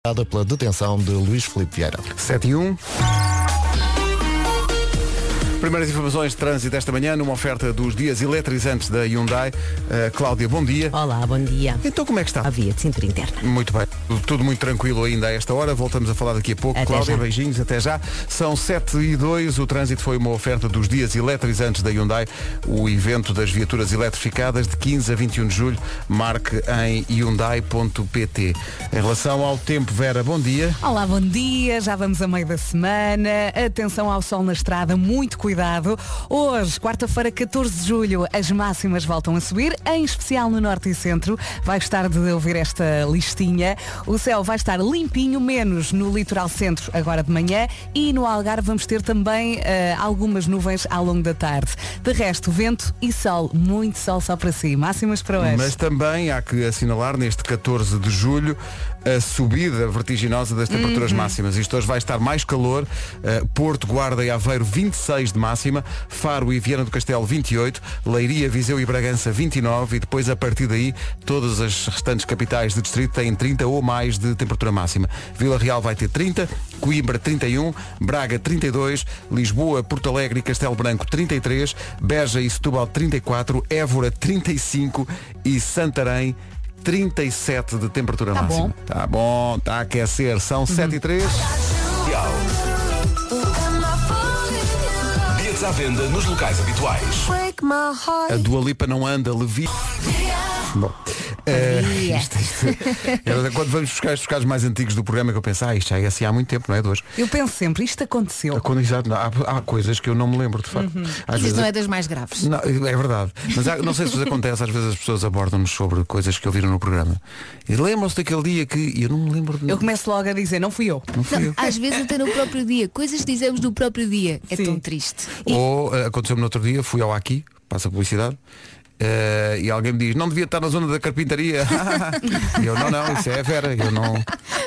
Pela detenção de Luís Filipe Vieira. 7 e 1. Primeiras informações de trânsito esta manhã numa oferta dos dias eletrizantes da Hyundai. Cláudia, bom dia. Olá, bom dia. Então como é que está? A via de cintura interna. Muito bem. Tudo muito tranquilo ainda a esta hora. Voltamos a falar daqui a pouco. Até Cláudia, já. beijinhos, até já. São 7 e 2. O trânsito foi uma oferta dos dias eletrizantes da Hyundai. O evento das viaturas eletrificadas de 15 a 21 de julho. Marque em hyundai.pt. Em relação ao tempo, Vera, bom dia. Olá, bom dia. Já vamos a meio da semana. Atenção ao sol na estrada, muito cuidado. Hoje, quarta-feira, 14 de julho, as máximas voltam a subir, em especial no norte e centro. Vai estar de ouvir esta listinha. O céu vai estar limpinho, menos no litoral centro agora de manhã, e no Algarve vamos ter também algumas nuvens ao longo da tarde. De resto, vento e sol, muito sol só para si. Máximas para hoje. Mas também há que assinalar neste 14 de julho a subida vertiginosa das temperaturas máximas. Isto hoje vai estar mais calor. Porto, Guarda e Aveiro 26 de máxima, Faro e Viana do Castelo 28, Leiria, Viseu e Bragança 29 e depois a partir daí todas as restantes capitais de distrito têm 30 ou mais de temperatura máxima. Vila Real vai ter 30, Coimbra 31, Braga 32, Lisboa, Porto Alegre e Castelo Branco 33, Beja e Setúbal 34, Évora 35 e Santarém 37 de temperatura máxima. Tá bom, está a aquecer. São 7 e 3. Bilhetes à venda nos locais habituais. A Dua Lipa não anda, levi. Bom, isto. Era quando vamos buscar os casos mais antigos do programa que eu penso, isto já é assim há muito tempo, não é de hoje. Eu penso sempre, isto aconteceu. Há coisas que eu não me lembro, de facto. Às vezes não é das mais graves. Não, é verdade. Mas não sei se vos acontece, às vezes as pessoas abordam-nos sobre coisas que ouviram no programa. E lembram-se daquele dia que eu não me lembro de nada. Eu começo logo a dizer, não fui eu. Não fui eu. Às vezes até no próprio dia. Coisas que dizemos no próprio dia. É Sim. tão triste. Ou aconteceu-me no outro dia, fui ao Aqui, passa a publicidade. E alguém me diz, não devia estar na zona da carpintaria. E eu, não, isso é a Vera. Eu não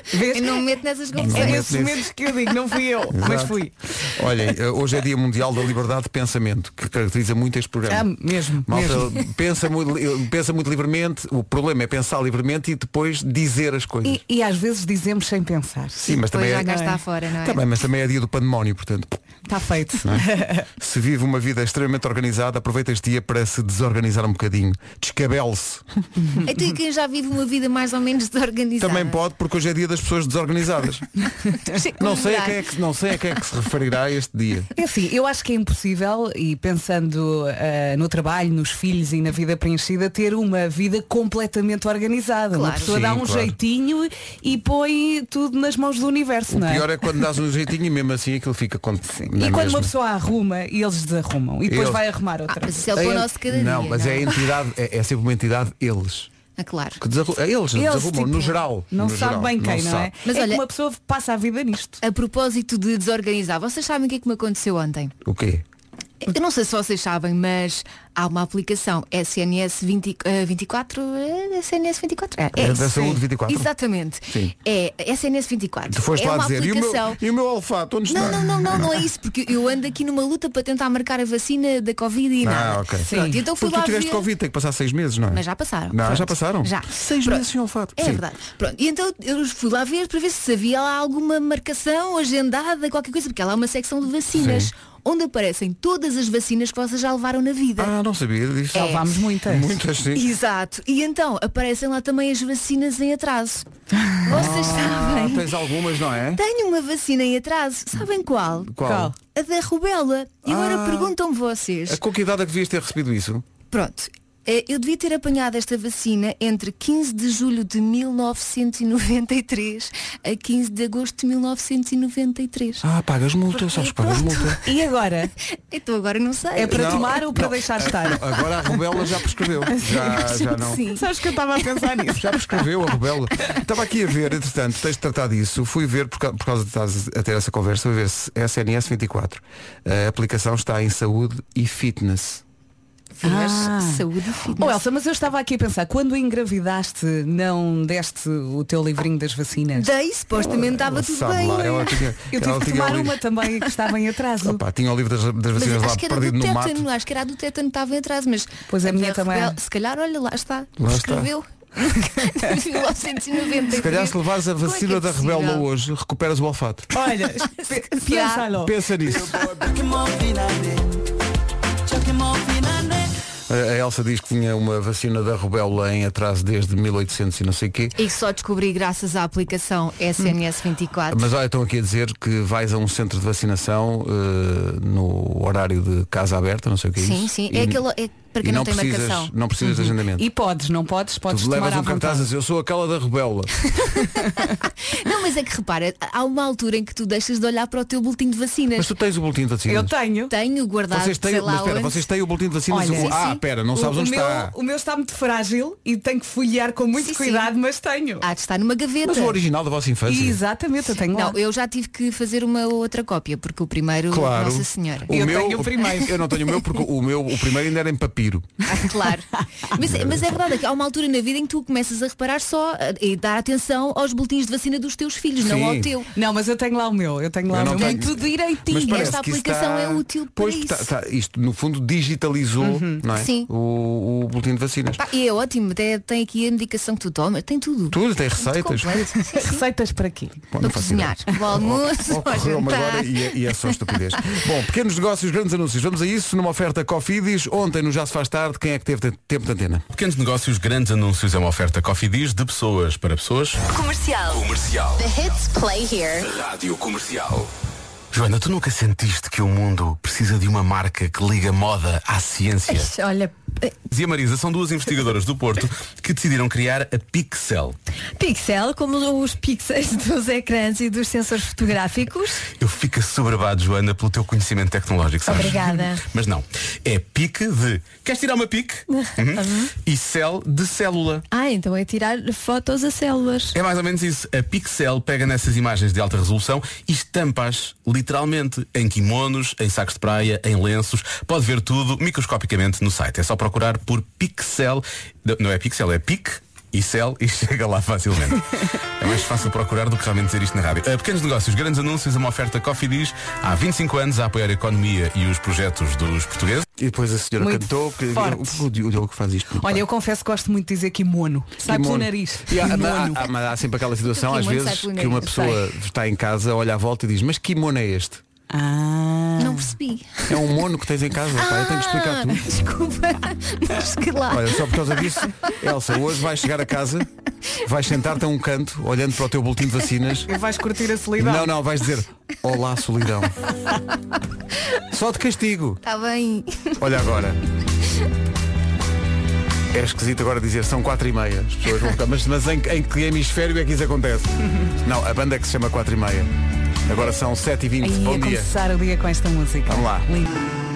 me meto nessas É conversas. nesses momentos que eu digo, não fui eu, mas fui. Olhem, hoje é Dia Mundial da Liberdade de Pensamento, que caracteriza muito este programa. Mesmo. Malta pensa muito livremente. O problema é pensar livremente e depois dizer as coisas. E às vezes dizemos sem pensar. Sim, mas Depois também já cá é, está fora, não é? também, mas também é dia do pandemónio, portanto. Está feito. Se vive uma vida extremamente organizada, aproveita este dia para se desorganizar um bocadinho. Descabele-se. Então, e quem já vive uma vida mais ou menos desorganizada? Também pode, porque hoje é dia das pessoas desorganizadas. Não sei a quem é que se referirá a este dia. É assim, eu acho que é impossível, e pensando no trabalho, nos filhos e na vida preenchida, ter uma vida completamente organizada. Uma Claro. pessoa dá um jeitinho e põe tudo nas mãos do universo, O não é? pior é quando dás um jeitinho e mesmo assim aquilo fica E quando uma pessoa arruma e eles desarrumam e depois Eles- vai arrumar outra. Mas isso é o pão nosso cada dia. Não, mas é a entidade, é sempre uma entidade eles. Claro. Que eles desarrumam, tipo, no geral. Não no sabe geral, bem quem, não é? sabe. Mas É que olha- uma pessoa passa a vida nisto. A propósito de desorganizar, vocês sabem o que é que me aconteceu ontem? O quê? Eu não sei se vocês sabem, mas há uma aplicação SNS 24. SNS 24? É da Saúde 24? Exatamente. Sim. É SNS 24. Tu foste é lá uma dizer, aplicação. e o meu olfato, onde está? Não é isso, porque eu ando aqui numa luta para tentar marcar a vacina da Covid e nada. Ok. Pronto, então fui Porque tu lá tiveste ver. Covid, tem que passar 6 meses, não é? Mas já passaram. Não, Pronto. já passaram? Já. 6 Pronto. meses sem olfato. É Sim. verdade. Pronto. E então eu fui lá ver para ver se havia lá alguma marcação agendada, qualquer coisa, porque lá há uma secção de vacinas, Sim. onde aparecem todas as vacinas que vocês já levaram na vida. Não sabia disso. Já levámos muitas. Muitas, sim. Exato. E então aparecem lá também as vacinas em atraso. Vocês sabem? Tens algumas, não é? Tenho uma vacina em atraso. Sabem qual? Qual? A da rubéola. E agora perguntam-me vocês. Com que idade é que devias ter recebido isso? Pronto. Eu devia ter apanhado esta vacina entre 15 de julho de 1993 a 15 de agosto de 1993. Pagas multa, sabes que pagas multa. E agora? Então agora não sei. É para Não, tomar ou para não. deixar estar? Agora a rubéola já prescreveu. Já não. Sim. Sabes que eu estava a pensar nisso? Já prescreveu a rubéola. Estava aqui a ver, entretanto, tens de tratar disso. Fui ver, por causa de estás a ter essa conversa, fui ver se SNS 24. A aplicação está em saúde e fitness. Mas saúde e fitness. Oh, Elsa, mas eu estava aqui a pensar, quando engravidaste, não deste o teu livrinho das vacinas? Daí supostamente estava tudo Sabe bem. lá, ela tinha, Eu tive ela que tinha tomar ali- uma também que estava em atraso. Opa, tinha o livro das Mas vacinas lá acho que era perdido do no mato. tétano, acho que era a do tétano que estava em atrás, mas Pois a minha da também. se calhar, olha, lá está. Lá está. Escreveu. 1993. Se calhar se levares a vacina da possível? rubéola hoje, recuperas o olfato. Olha, pensa-lo. Pensa nisso. A Elsa diz que tinha uma vacina da rubéola em atraso desde 1800 e não sei o quê. E só descobri graças à aplicação SNS 24. Mas olha, estão aqui a dizer que vais a um centro de vacinação no horário de casa aberta, não sei o que é Sim, isso. sim. É para quem não tem marcação. Não precisas de agendamento. E não podes Tu tomar levas à um cartaz a vontade. dizer, eu sou aquela da rubéola. Não, mas é que repara, há uma altura em que tu deixas de olhar para o teu boletim de vacinas. Mas tu tens o boletim de vacinas? Eu tenho. Tenho guardado, Vocês têm, sei mas lá espera, onde. vocês têm o boletim de vacinas? Olha, sim, sim. Espera, não sabes onde está. O meu está muito frágil e tenho que folhear com muito Sim, sim. cuidado, mas tenho. Há de estar numa gaveta. Mas o original da vossa infância. Exatamente, eu tenho lá. Não, eu já tive que fazer uma outra cópia, porque o primeiro, Claro. Nossa Senhora. Eu tenho o primeiro. Eu não tenho o meu porque o primeiro ainda era em papiro. Claro. Mas é verdade que há uma altura na vida em que tu começas a reparar só e dar atenção aos boletins de vacina dos teus filhos, não Sim. ao teu. Não, mas eu tenho lá o meu. Eu tenho lá Eu o não meu. tenho. Muito direitinho. Mas parece Esta que isso aplicação é útil para pois, isso. isto no fundo digitalizou, não é? Sim. O boletim de vacinas. E é ótimo, até tem aqui a indicação que tu tomas, tem tudo. Tudo, tem Muito receitas. completo. Sim, sim. Receitas para quê? Bom, não Para faço cozinhar. ideia. Para o almoço, para o Ocorreu-me jantar. agora e é só estupidez. Bom, pequenos negócios, grandes anúncios. Vamos a isso numa oferta Cofidis. Ontem no Já se faz tarde, quem é que teve tempo de antena? Pequenos negócios, grandes anúncios é uma oferta Cofidis de pessoas para pessoas. Comercial. Comercial. The hits play here. Rádio Comercial. Joana, tu nunca sentiste que o mundo precisa de uma marca que liga moda à ciência? Olha, E a Marisa são duas investigadoras do Porto que decidiram criar a Pixel. Pixel, como os pixels dos ecrãs e dos sensores fotográficos. Eu fico assoberbado, Joana, pelo teu conhecimento tecnológico, sabes? Obrigada. Mas não. É pique de... Queres tirar uma pique? E cell de célula. Então é tirar fotos a células. É mais ou menos isso. A Pixel pega nessas imagens de alta resolução e estampa-as literalmente em kimonos, em sacos de praia, em lenços. Pode ver tudo microscopicamente no site. É só procurar por Pixel. Não é Pixel, é Pic e Cell e chega lá facilmente. É mais fácil procurar do que realmente dizer isto na rádio. Pequenos negócios, grandes anúncios, uma oferta Cofidis há 25 anos a apoiar a economia e os projetos dos portugueses. E depois a senhora Muito cantou que forte. o Diogo que faz isto muito Olha, bem. eu confesso que gosto muito de dizer kimono. Sai pelo Kimono. nariz. E há, Kimono. mas há sempre aquela situação O às kimono sai vezes pelo que uma nariz, pessoa está em casa, olha à volta e diz, mas que mono é este? Não percebi. É um mono que tens em casa, pá, eu tenho que explicar tudo. Desculpa, mas que lá. Olha, só por causa disso, Elsa, hoje vais chegar a casa, vais sentar-te a um canto, olhando para o teu boletim de vacinas. E vais curtir a solidão. Não, vais dizer, olá solidão. Só de castigo. Está bem. Olha agora. É esquisito agora dizer, são 4h30. As pessoas vão ficar, mas em que hemisfério é que isso acontece? Não, a banda é que se chama 4h30. Agora são 7h20. Aí Bom ia dia. começar o dia com esta música. Vamos lá. Lindo.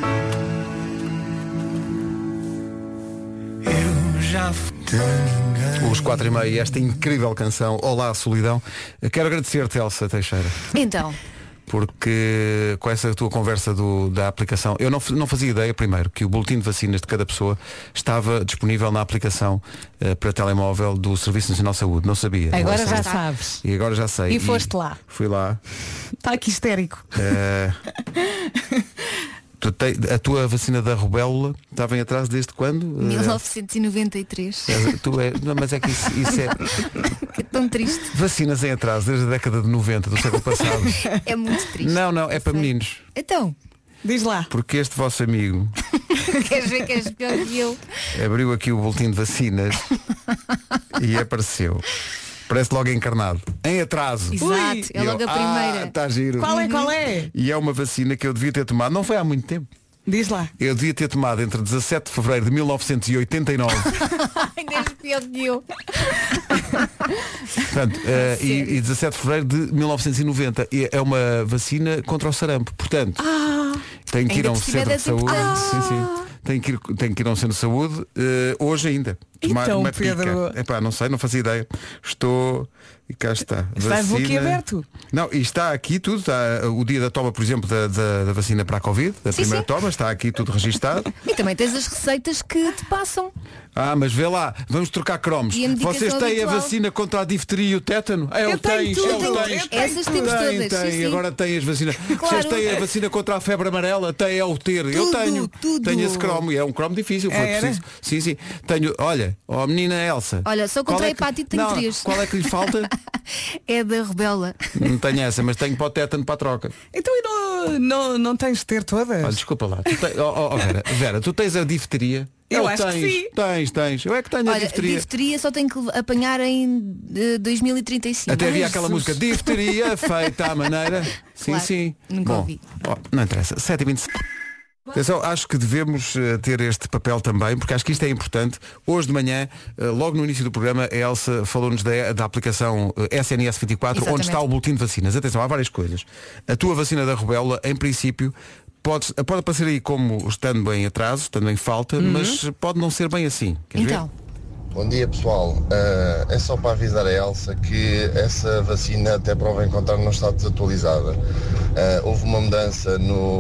Os 4h30 e esta incrível canção Olá Solidão. Quero agradecer-te, Elsa Teixeira, Então, porque com essa tua conversa da aplicação, eu não fazia ideia, primeiro, que o boletim de vacinas de cada pessoa estava disponível na aplicação para telemóvel do Serviço Nacional de Saúde. Não sabia. Agora Não já sabia. sabes. E agora já sei. E foste lá. Fui lá. Está aqui histérico. A tua vacina da rubéola estava em atraso desde quando? 1993. Não, mas é que isso é É tão triste. vacinas em atraso desde a década de 90 do século passado. É muito triste. Não, é para meninos. Então, Diz lá. Porque este vosso amigo queres ver que és pior que eu? abriu aqui o boletim de vacinas e apareceu. Parece logo encarnado. Em atraso. Exato, é E logo eu, a primeira. Está giro. Qual é? E é uma vacina que eu devia ter tomado. Não foi há muito tempo. Diz lá. Eu devia ter tomado entre 17 de fevereiro de 1989. Ainda és pior que eu. Portanto, e 17 de fevereiro de 1990. E é uma vacina contra o sarampo. Portanto, tem que ir a Ainda um por cima centro de das saúde. importantes. Sim. Tem que ir a um centro de saúde hoje ainda. Tomar Então, uma Pedro. pica. Epá, não sei, não fazia ideia. Estou E cá está. Está boquiaberto. Não, e está aqui tudo. Está o dia da toma, por exemplo, da vacina para a Covid, da primeira toma, está aqui tudo registado. E também tens as receitas que te passam. Mas vê lá, vamos trocar cromos. Vocês têm habitual. a vacina contra a difteria e o tétano? Eu tenho tudo. Essas temos todas. Sim. Agora têm as vacinas. Claro. Vocês têm a vacina contra a febre amarela? Tem, é o ter. Eu tenho. Tudo. Tenho esse cromo. E é um cromo difícil. Foi preciso. Sim. Tenho, olha, menina Elsa. Olha, só contra a hepatite tenho 3. Qual é que lhe falta? É da rubéola. Não tenho essa, mas tenho para o tétano para a troca. Então não tens de ter todas? Olha, desculpa lá. Vera, tu tens a difteria? Eu acho que sim. Tens. Eu é que tenho a difteria. Difteria só tenho que apanhar em 2035. Até havia aquela música difteria feita à maneira. Claro, Sim. nunca ouvi. Não interessa. 7h25. Atenção, acho que devemos ter este papel também, porque acho que isto é importante. Hoje de manhã, logo no início do programa, a Elsa falou-nos da aplicação SNS 24, Exatamente. onde está o boletim de vacinas. Atenção, há várias coisas. A tua vacina da rubéola, em princípio, pode aparecer aí como estando em atraso, estando em falta, mas pode não ser bem assim. Queres ver? Bom dia pessoal, é só para avisar a Elsa que essa vacina até prova encontrar não está desatualizada. Houve uma mudança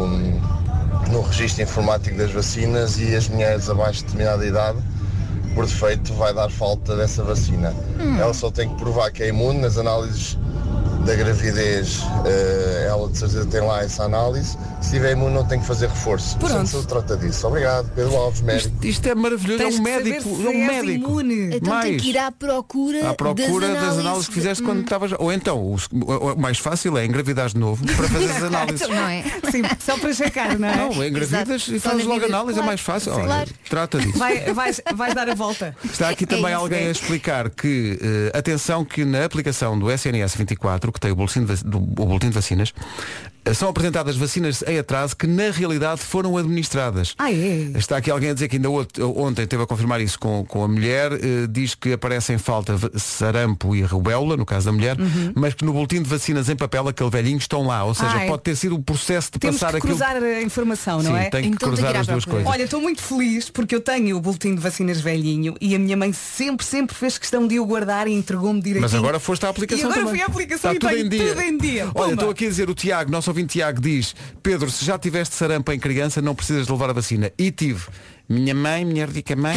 no registro informático das vacinas e as mulheres abaixo de determinada idade, por defeito, vai dar falta dessa vacina. Ela só tem que provar que é imune nas análises da gravidez, ela de certeza tem lá essa análise. Se tiver imune não tem que fazer reforço. Portanto, se trata disso. Obrigado, Pedro Alves, médico. Isto é maravilhoso, Tens é um que médico. saber se É um és médico. imune. Então tem que ir à procura das análises que fizeste quando estavas. Ou então, o mais fácil é engravidar de novo para fazer as análises. Não é? Sim, só para checar, não é? Não, engravidas e fazes logo análise, é mais fácil. Olha, Claro. trata disso. Vais dar a volta. Está aqui também isso, alguém a explicar que, atenção, que na aplicação do SNS 24, que tem o boletim de vacinas, são apresentadas vacinas em atraso que na realidade foram administradas. Está aqui alguém a dizer que ainda ontem teve a confirmar isso com a mulher, diz que aparece em falta sarampo e rubéola, no caso da mulher, mas que no boletim de vacinas em papel, aquele velhinho, estão lá. Ou seja, pode ter sido o processo de Temos passar que aquilo. cruzar a informação, não Sim, é? tem que Então cruzar tem que ir as à duas procura. coisas. Olha, estou muito feliz porque eu tenho o boletim de vacinas velhinho e a minha mãe sempre fez questão de o guardar e entregou-me direitinho. Mas agora foste à aplicação E agora também. fui à aplicação Está e tenho tudo em dia. Olha, Pumba. estou aqui a dizer, o Tiago, nosso ouvinte Tiago, diz: Pedro, se já tiveste sarampo em criança, não precisas de levar a vacina. E tive. Minha rica mãe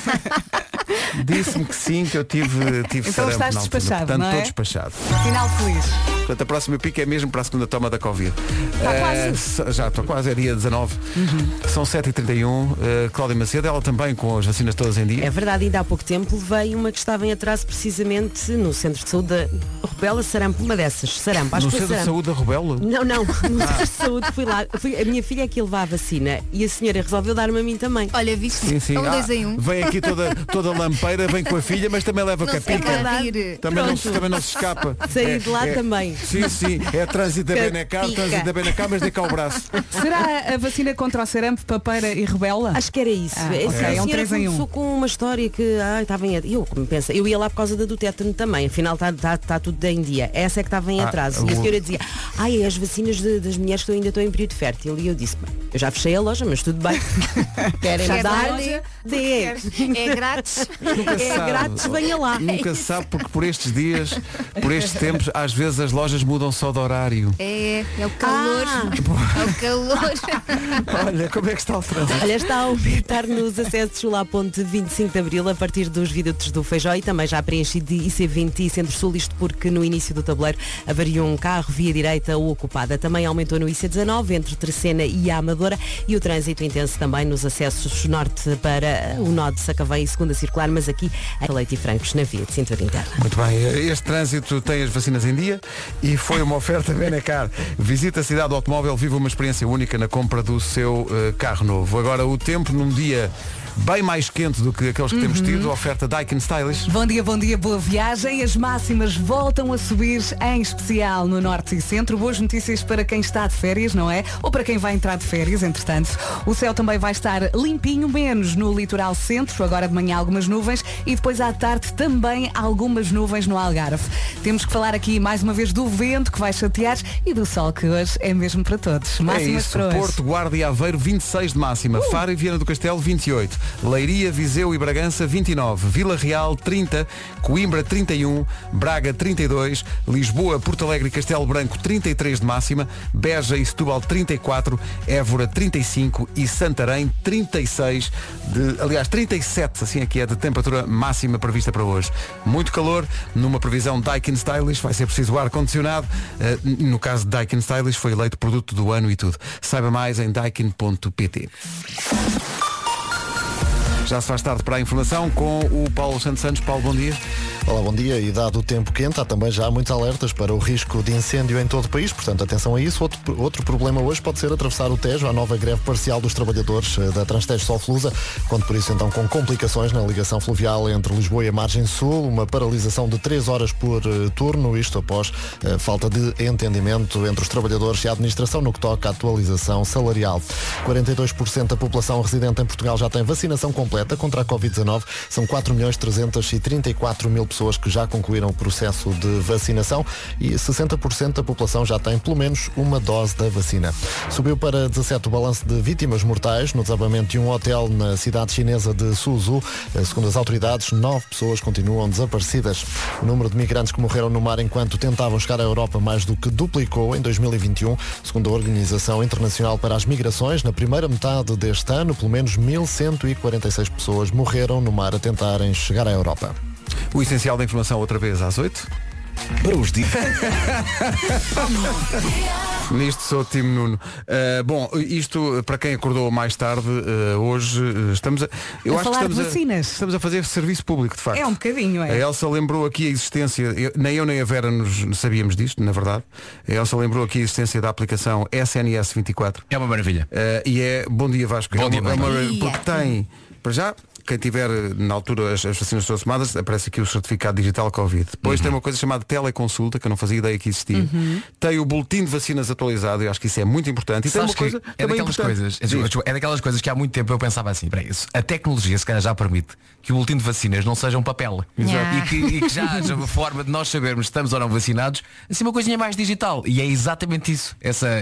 disse-me que sim, que eu tive Então sarampo. estás na altura. despachado, Portanto, não é? estou despachado. Final feliz. Portanto, a próxima pica é mesmo para a segunda toma da Covid. quase. Já estou quase, é dia 19. São 7h31. Cláudia Macedo, ela também com as vacinas todas em dia. É verdade, ainda há pouco tempo levei uma que estava em atraso precisamente no Centro de Saúde da Rubéola, sarampo, uma dessas, sarampo. Acho No que foi Centro de sarampo. Saúde da Rubéola? Não, no Centro de Saúde fui lá. A minha filha é que ia levar a vacina e a senhora resolveu dar-me a mim também. Olha, viste? Sim. É um 2 em 1. Vem aqui toda lampeira, vem com a filha, mas também leva Não com a sei pica. rir. Também não se escapa. Saí de lá também. Sim, é trânsito da Benacar, mas dê cá o braço. Será a vacina contra o sarampo, papeira e rubéola? Acho que era isso. ok, A é um senhora 3 em 1. começou com uma história que estava em eu ia lá por causa do tétano também, afinal está tudo em dia. Essa é que estava em atraso. E a senhora dizia, é as vacinas das mulheres que eu ainda estou em período fértil. E eu disse, eu já fechei a loja, mas tudo bem. Querem Fechar a dar? loja? Dê. É grátis. Nunca se É sabe. grátis, venha lá. Nunca se sabe, porque por estes dias, por estes tempos, às vezes as lojas mudam só de horário. É o calor. É o calor. Olha, como é que está o trânsito? Olha, está a aumentar nos acessos lá à ponte 25 de Abril a partir dos viadutos do Feijó e também já preenchido de IC20 e Centro-Sul, isto porque no início do tabuleiro haveria um carro via direita ou ocupada. Também aumentou no IC19 entre Terceira e a Amadora e o trânsito intenso também nos acessos norte para o nó de Sacavém e segunda circular, mas aqui a Leite e Francos na via de cintura interna. Muito bem, este trânsito tem as vacinas em dia e foi uma oferta Benacar. Visita a cidade do automóvel, viva uma experiência única na compra do seu carro novo. Agora o tempo num dia bem mais quente do que aqueles que temos tido, a oferta Daikin Stylish. Bom dia, boa viagem. As máximas voltam a subir, em especial no Norte e Centro. Boas notícias para quem está de férias, não é? Ou para quem vai entrar de férias, entretanto. O céu também vai estar limpinho, menos no litoral centro, agora de manhã algumas nuvens e depois à tarde também algumas nuvens no Algarve. Temos que falar aqui mais uma vez do vento que vai chatear e do sol que hoje é mesmo para todos. Máximas É isso, para hoje. Porto, Guarda e Aveiro 26 de máxima, Faro e Viana do Castelo 28. Leiria, Viseu e Bragança 29, Vila Real 30, Coimbra 31, Braga 32, Lisboa, Porto Alegre e Castelo Branco 33 de máxima, Beja e Setúbal 34, Évora 35 e Santarém 36, 37, assim aqui é de temperatura máxima prevista para hoje. Muito calor, numa previsão Daikin Stylish, vai ser preciso ar-condicionado. No caso de Daikin Stylish, foi eleito produto do ano e tudo. Saiba mais em daikin.pt. Já se faz tarde para a informação com o Paulo Santos. Paulo, bom dia. Olá, bom dia. E dado o tempo quente, há também já muitos alertas para o risco de incêndio em todo o país, portanto atenção a isso. Outro problema hoje pode ser atravessar o Tejo, a nova greve parcial dos trabalhadores da Transtejo Solflusa, conto por isso então com complicações na ligação fluvial entre Lisboa e a margem sul, uma paralisação de 3 horas por turno, isto após falta de entendimento entre os trabalhadores e a administração no que toca à atualização salarial. 42% da população residente em Portugal já tem vacinação completa contra a Covid-19, são 4.334.000 pessoas que já concluíram o processo de vacinação e 60% da população já tem pelo menos uma dose da vacina. Subiu para 17 o balanço de vítimas mortais no desabamento de um hotel na cidade chinesa de Suzhou. Segundo as autoridades, 9 pessoas continuam desaparecidas. O número de migrantes que morreram no mar enquanto tentavam chegar à Europa mais do que duplicou em 2021. Segundo a Organização Internacional para as Migrações, na primeira metade deste ano, pelo menos 1.146 pessoas morreram no mar a tentarem chegar à Europa. O essencial da informação outra vez às 8. Para os dias. Nisto sou o time Nuno. Bom, isto para quem acordou mais tarde, hoje estamos eu acho que estamos a fazer serviço público, de facto. É um bocadinho, é. A Elsa lembrou aqui a existência, nem eu nem a Vera nos sabíamos disto, na verdade. A Elsa lembrou aqui a existência da aplicação SNS 24. É uma maravilha. E é, bom dia Vasco. Bom dia, porque tem, para já, quem tiver na altura as vacinas todas tomadas, aparece aqui o certificado digital Covid. Depois tem uma coisa chamada teleconsulta, que eu não fazia ideia que existia. Tem o boletim de vacinas atualizado, eu acho que isso é muito importante. E tem uma coisa é daquelas coisas, é daquelas coisas que há muito tempo eu pensava assim, para isso, a tecnologia se calhar já permite que o boletim de vacinas não seja um papel. E que já haja uma forma de nós sabermos se estamos ou não vacinados, assim uma coisinha mais digital. E é exatamente isso.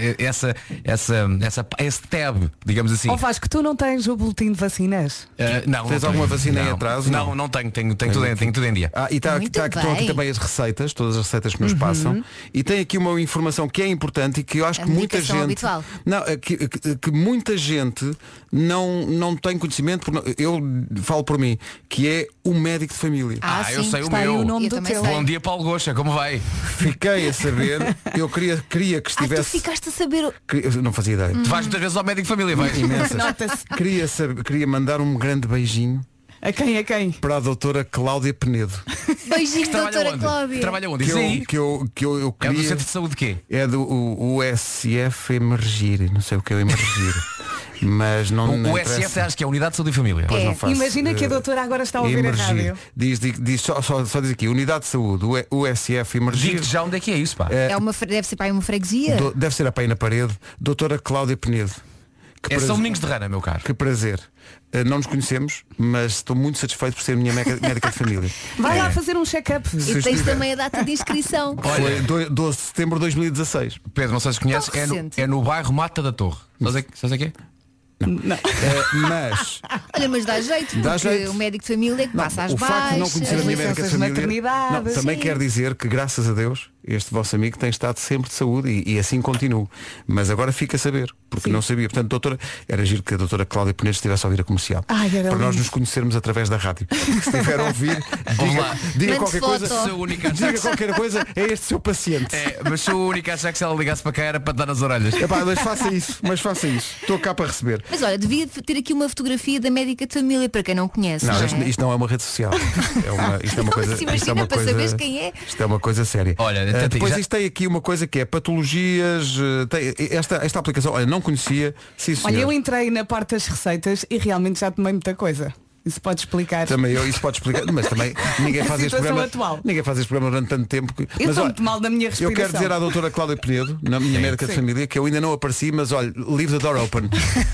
Esse tab, digamos assim. Vasco, tu não tens o boletim de vacinas? Não. Tens alguma vacina em atraso? Não tenho tudo em dia. E estão aqui também as receitas, todas as receitas que nos passam. E tem aqui uma informação que é importante e que eu acho que muita gente habitual. que muita gente não tem conhecimento, eu falo por mim, que é o médico de família. Eu sei o Está aí meu. o nome do teu. Bom dia, Paulo Goxa, como vai? Fiquei a saber, eu queria que estivesse. Tu ficaste a saber. Eu não fazia ideia. Tu vais muitas vezes ao médico de família, vai? Imensas. Nota-se. Queria mandar um grande beijinho A quem? para a doutora Cláudia Penedo. Beijinho, doutora onde? Cláudia. Trabalha onde? Que Isso aí? eu É do queria. centro de saúde de quê? É do USF Emergir, não sei o que é Emergir. Mas não O interessa. USF acho que é a Unidade de Saúde e Família. Pois não faço. Imagina que a doutora agora está a ouvir a rádio. Diz só diz aqui, Unidade de Saúde, USF Emergir. Digo-te já onde é que é isso, pá. Deve ser para aí uma freguesia. Deve ser a pé aí na parede. Doutora Cláudia Penedo. São Domingos de Rana, meu caro. Que prazer. Não nos conhecemos, mas estou muito satisfeito por ser minha médica de família. Vai lá fazer um check-up. E tens também a data de inscrição. Foi 12 de setembro de 2016. Pedro, não sei se conheces, Tão recente. é no bairro Mata da Torre. Sabes aqui? Mas Olha, mas dá jeito, porque Dá jeito. o médico de família que passa às o facto de não conhecer a minha baixas. médica de licenças de família maternidade, também sim. quer dizer que, graças a Deus, este vosso amigo tem estado sempre de saúde e assim continuo. Mas agora fica a saber, porque não sabia. Portanto, doutora, era giro que a doutora Cláudia Penedo estivesse a ouvir a comercial. Ai, era para nós lindo. nos conhecermos através da rádio. Se estiver a ouvir, diga Mande qualquer foto. coisa. Sou a única a achar Diga que- qualquer coisa, é este seu paciente. mas sou a única a achar que se ela ligasse para cá era para te dar nas orelhas. Epá, mas faça isso. Estou cá para receber. Mas olha, devia ter aqui uma fotografia da médica de família para quem não conhece. Não, não é? isto não é uma rede social. Isto é uma coisa. Não se imagina Isto é uma para coisa, saberes quem é. Isto é uma coisa séria. Olha, depois já- isto tem aqui uma coisa que é patologias. Esta aplicação, olha, não conhecia. Sim, senhor. Olha, eu entrei na parte das receitas e realmente já tomei muita coisa. Isso pode explicar. Também isso pode explicar, mas também ninguém faz este situação programa. atual. Ninguém faz este programa durante tanto tempo. Eu Mas estou olha, muito mal da minha eu respiração. quero dizer à doutora Cláudia Penedo, na minha médica de família, que eu ainda não apareci, mas olha, leave the door open.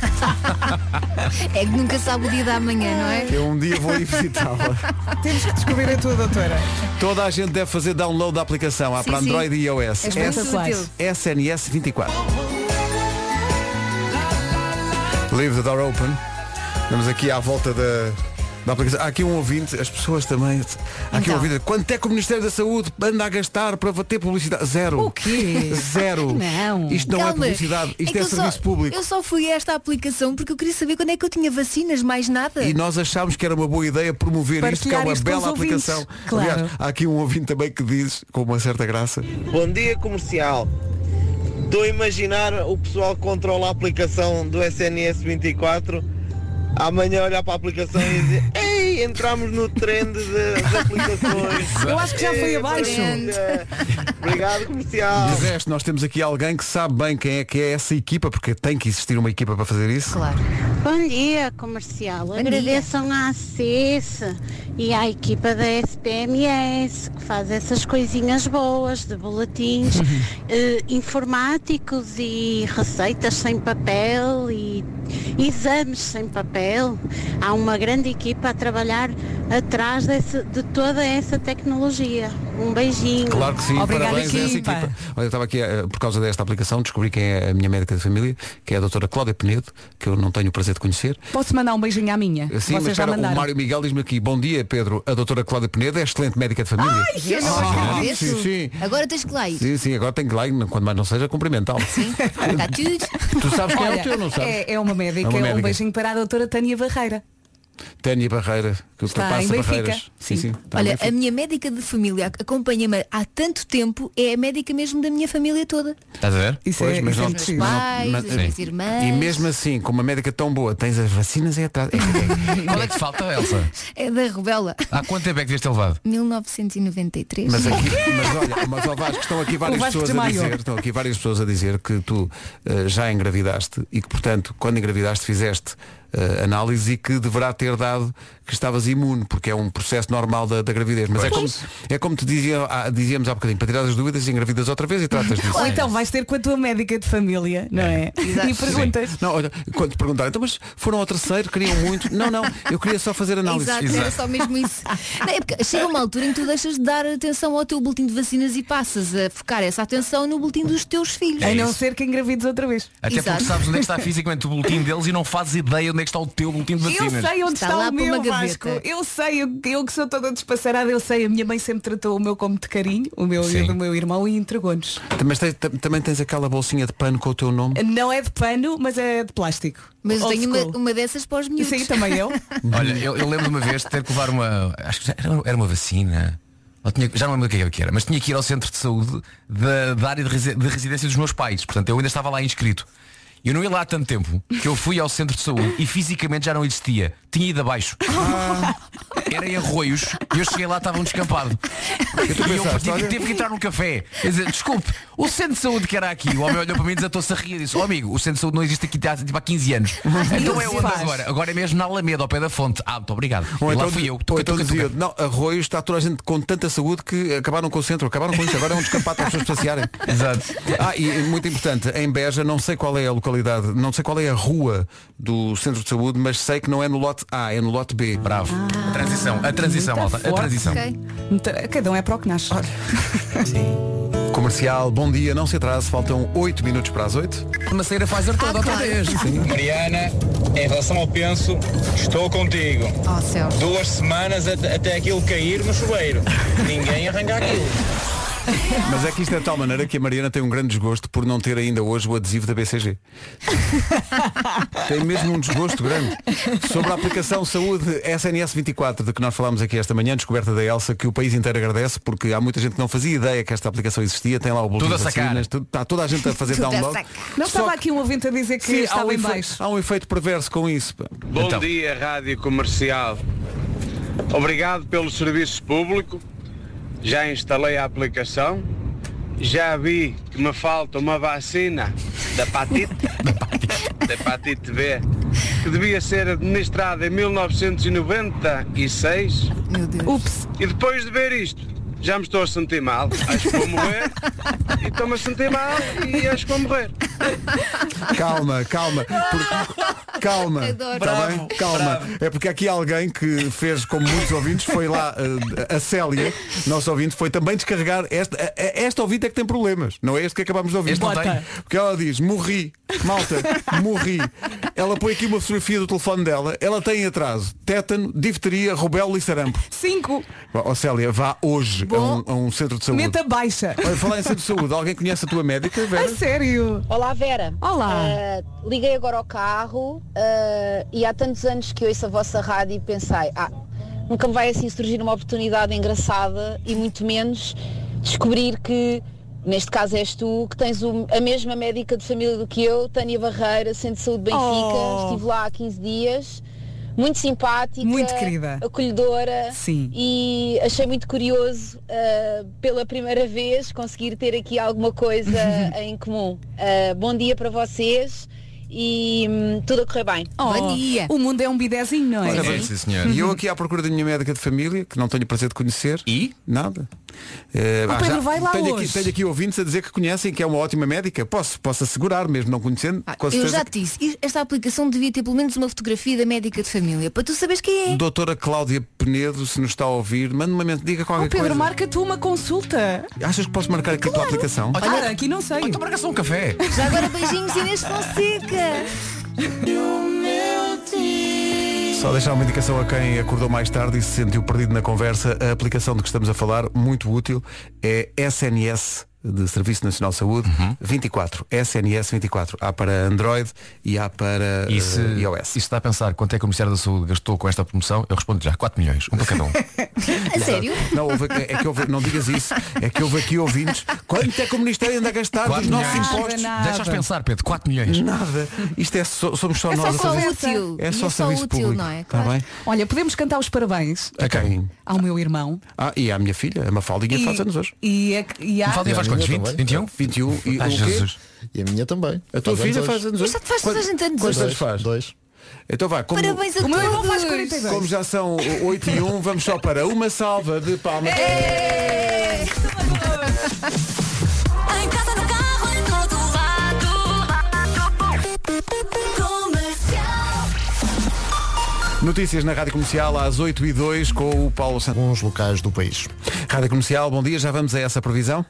É que nunca sabe o dia da manhã, não é? Eu um dia vou ir visitá-la. Temos que descobrir a tua doutora. Toda a gente deve fazer download da aplicação. Há Sim, para sim. Android e iOS. É espetacular. útil. SNS 24. Leave the door open. Estamos aqui à volta da aplicação. Há aqui um ouvinte, as pessoas também. Há aqui um ouvinte. Quanto é que o Ministério da Saúde anda a gastar para ter publicidade? Zero. O quê? Zero. Não. Isto não Calma, é publicidade, isto que é eu serviço público. Eu só fui a esta aplicação porque eu queria saber quando é que eu tinha vacinas, mais nada. E nós achámos que era uma boa ideia promover isto, que é Partilhar uma isto com bela os ouvintes. aplicação. Claro. Aliás, há aqui um ouvinte também que diz, com uma certa graça. Bom dia, comercial. Estou a imaginar o pessoal que controla a aplicação do SNS 24 amanhã olhar para a aplicação e dizer: ei, entramos no trend das aplicações. Eu acho que já foi abaixo. Obrigado, comercial. De resto, nós temos aqui alguém que sabe bem quem é que é essa equipa, porque tem que existir uma equipa para fazer isso. Claro. Bom dia, comercial. Agradeçam à ACS e à equipa da SPMS que faz essas coisinhas boas de boletins informáticos e receitas sem papel e exames sem papel. Há uma grande equipa a trabalhar atrás de toda essa tecnologia. Um beijinho. Claro que sim, Obrigada, parabéns a essa equipa. equipa. Olha, eu estava aqui, por causa desta aplicação, descobri quem é a minha médica de família, que é a doutora Cláudia Penedo, que eu não tenho o prazer de conhecer. Posso mandar um beijinho à minha? Sim, Vocês mas já espera, o mandaram. Mário Miguel diz-me aqui: bom dia, Pedro, a doutora Cláudia Penedo é excelente médica de família. Ai, eu não acredito. sim, sim. Agora tens que lá ir. Sim, sim, agora tenho que lá, quando mais não seja, cumprimentá-lo. Sim, está tudo. Tu sabes quem é Olha, o teu, não sabes? é uma médica. É uma médica. Um beijinho para a doutora Tânia Barreira. Tânia Barreira, que Está ultrapassa em Benfica. barreiras. Sim, sim. Está em Olha, Benfica. a minha médica de família acompanha-me há tanto tempo, é a médica mesmo da minha família toda. Estás a ver? Isso Pois, é, mas isso é não- muito Os giro. pais, mas- as minhas irmãs. E mesmo assim, com uma médica tão boa, tens as vacinas aí atrás. Qual é que te falta, Elsa? É da Rubela. Há quanto tempo é que devias ter levado? 1993. Mas aqui, mas olha, mas ó Vasco, estão aqui várias O Vasco pessoas a desmaiou. dizer, estão aqui várias pessoas a dizer que tu já engravidaste e que, portanto, quando engravidaste fizeste análise e que deverá ter dado que estavas imune, porque é um processo normal da gravidez. Mas é como te dizíamos há bocadinho, para tirar as dúvidas, engravidas outra vez e tratas disso. Ou então vais ter com a tua médica de família, não é? Exato. E perguntas. Não, olha, quando te perguntaram, então, mas foram ao terceiro, queriam muito. Não, eu queria só fazer análise. Exato, era só mesmo isso. Não, é porque chega uma altura em que tu deixas de dar atenção ao teu boletim de vacinas e passas a focar essa atenção no boletim dos teus filhos. A não ser que engravides outra vez. Até Exato. porque sabes onde é que está fisicamente o boletim deles e não fazes ideia onde é que está o teu boletim de Eu vacinas. sei onde Está está lá o para meu, uma Vasco. gaveta. Eu sei, eu que sou toda despassarada, eu sei. A minha mãe sempre tratou o meu como de carinho, o meu e Sim. o do meu irmão, e entregou-nos. Mas também tens aquela bolsinha de pano com o teu nome. Não é de pano, mas é de plástico. Mas eu Old tenho school. uma dessas para os miúdos. Sim, também eu. Olha, eu lembro de uma vez de ter que levar uma. Acho que era uma vacina. Ou já não lembro o que era, mas tinha que ir ao centro de saúde da área de residência dos meus pais. Portanto, eu ainda estava lá inscrito. Eu não ia lá há tanto tempo que eu fui ao centro de saúde e fisicamente já não existia. Tinha ido abaixo. Era em Arroios e eu cheguei lá, estava um descampado. E eu tive que entrar num café. Quer dizer, desculpe, o centro de saúde que era aqui, o homem olhou para mim e desatou-se a rir e disse: amigo, o centro de saúde não existe aqui há 15 anos. Então é onde agora? Agora é mesmo na Alameda, ao pé da fonte. Muito obrigado. Ou E então, lá fui eu. ou então dizia, não, Arroio está toda a gente com tanta saúde que acabaram com o centro, acabaram com isso, agora é um descampado para as pessoas passearem. Exato. E muito importante, em Beja, não sei qual é a localidade, não sei qual é a rua do centro de saúde, mas sei que não é no lote A, é no lote B. Bravo. A transição, malta. A transição. Ok. Cada um é para o que nasce. Comercial, bom dia, não se atrase, faltam 8 minutos para as 8. Uma ceira Pfizer toda outra vez. Mariana, em relação ao penso, estou contigo. Oh, céu. 2 semanas até aquilo cair no chuveiro. Ninguém arranca aquilo. Mas é que isto é de tal maneira que a Mariana tem um grande desgosto por não ter ainda hoje o adesivo da BCG. Tem mesmo um desgosto grande. Sobre a aplicação Saúde SNS 24, de que nós falámos aqui esta manhã, descoberta da Elsa, que o país inteiro agradece, porque há muita gente que não fazia ideia que esta aplicação existia. Tem lá o boletim Tudo a de sacar. vacinas, está toda a gente a fazer Tudo a download. sacar. Não Só estava que- aqui um ouvinte a dizer que Sim, estava em baixo. há um efeito perverso com isso. pá. Bom Então. dia, Rádio Comercial. Obrigado pelo serviço público. Já instalei a aplicação. Já vi que me falta uma vacina da hepatite B, que devia ser administrada em 1996. Meu Deus. Ups. E depois de ver isto, já me estou a sentir mal. Acho que vou morrer. E estou-me a sentir mal e acho que vou morrer. Calma. Calma. Adoro. Tá bem? Calma. É porque aqui alguém que fez, como muitos ouvintes, foi lá, a Célia, nosso ouvinte, foi também descarregar. Esta ouvinte é que tem problemas. Não é este que acabamos de ouvir. Este não tem. Porque ela diz, morri. Malta, morri. Ela põe aqui uma fotografia do telefone dela. Ela tem em atraso tétano, difteria, rubéola e sarampo. 5. Ó Célia, vá hoje a um centro de saúde. Meta baixa. Olha, falar em centro de saúde, alguém conhece a tua médica, Vera? A sério? Olá, Vera. Olá. Liguei agora ao carro e há tantos anos que ouço a vossa rádio e pensei, nunca me vai assim surgir uma oportunidade engraçada e muito menos descobrir que, neste caso és tu, que tens a mesma médica de família do que eu, Tânia Barreira, Centro de Saúde Benfica. Estive lá há 15 dias. Muito simpática, muito querida, acolhedora. Sim. E achei muito curioso pela primeira vez conseguir ter aqui alguma coisa em comum. Bom dia para vocês e tudo a correr bem. Bom dia. O mundo é um bidézinho, não é? Sim, senhor. E eu aqui à procura da minha médica de família, que não tenho o prazer de conhecer. E? Nada. Pedro, vai lá hoje. Tenho aqui ouvintes a dizer que conhecem, que é uma ótima médica. Posso assegurar, mesmo não conhecendo. Eu já te disse, esta aplicação devia ter pelo menos uma fotografia da médica de família, para tu saberes quem é. Doutora Cláudia Penedo, se nos está a ouvir, manda uma mensagem, diga qualquer Pedro, coisa. marca tu uma consulta. Achas que posso marcar aqui pela aplicação? Olha, aqui não sei. Então marca só um café. Já agora beijinhos, Inês Fonseca. Só deixar uma indicação a quem acordou mais tarde e se sentiu perdido na conversa. A aplicação de que estamos a falar, muito útil, é SNS, de Serviço Nacional de Saúde, 24. SNS 24. Há para Android e há para iOS. E se está a pensar quanto é que o Ministério da Saúde gastou com esta promoção, eu respondo já, 4 milhões, um para cada um. A sério? Não, não digas isso. É que houve aqui ouvintes. Quanto é que o Ministério anda a gastar dos nossos impostos? Deixas pensar, Pedro, 4 milhões. Nada. Isto é somos só nós. Só útil. É só só serviço útil, público. não é? Tá bem? Olha, podemos cantar os parabéns A quem? ao meu irmão. E à minha filha, a Mafaldinha, faz anos hoje. Mafaldinha faz quantos? 20? 21? 21 e Ai, Jesus. E a minha também. A tua filha faz anos hoje? Mas faz toda a gente anos Quantos hoje. anos faz? 2. Então vai, Parabéns a O meu irmão todos. faz 42. Como já são 8 e 1, vamos só para uma salva de palmas. Em casa, no carro, em todo lado. Comercial. Notícias na Rádio Comercial às 8 e 2 com o Paulo Santos. Alguns locais do país. Rádio Comercial, bom dia, já vamos a essa previsão?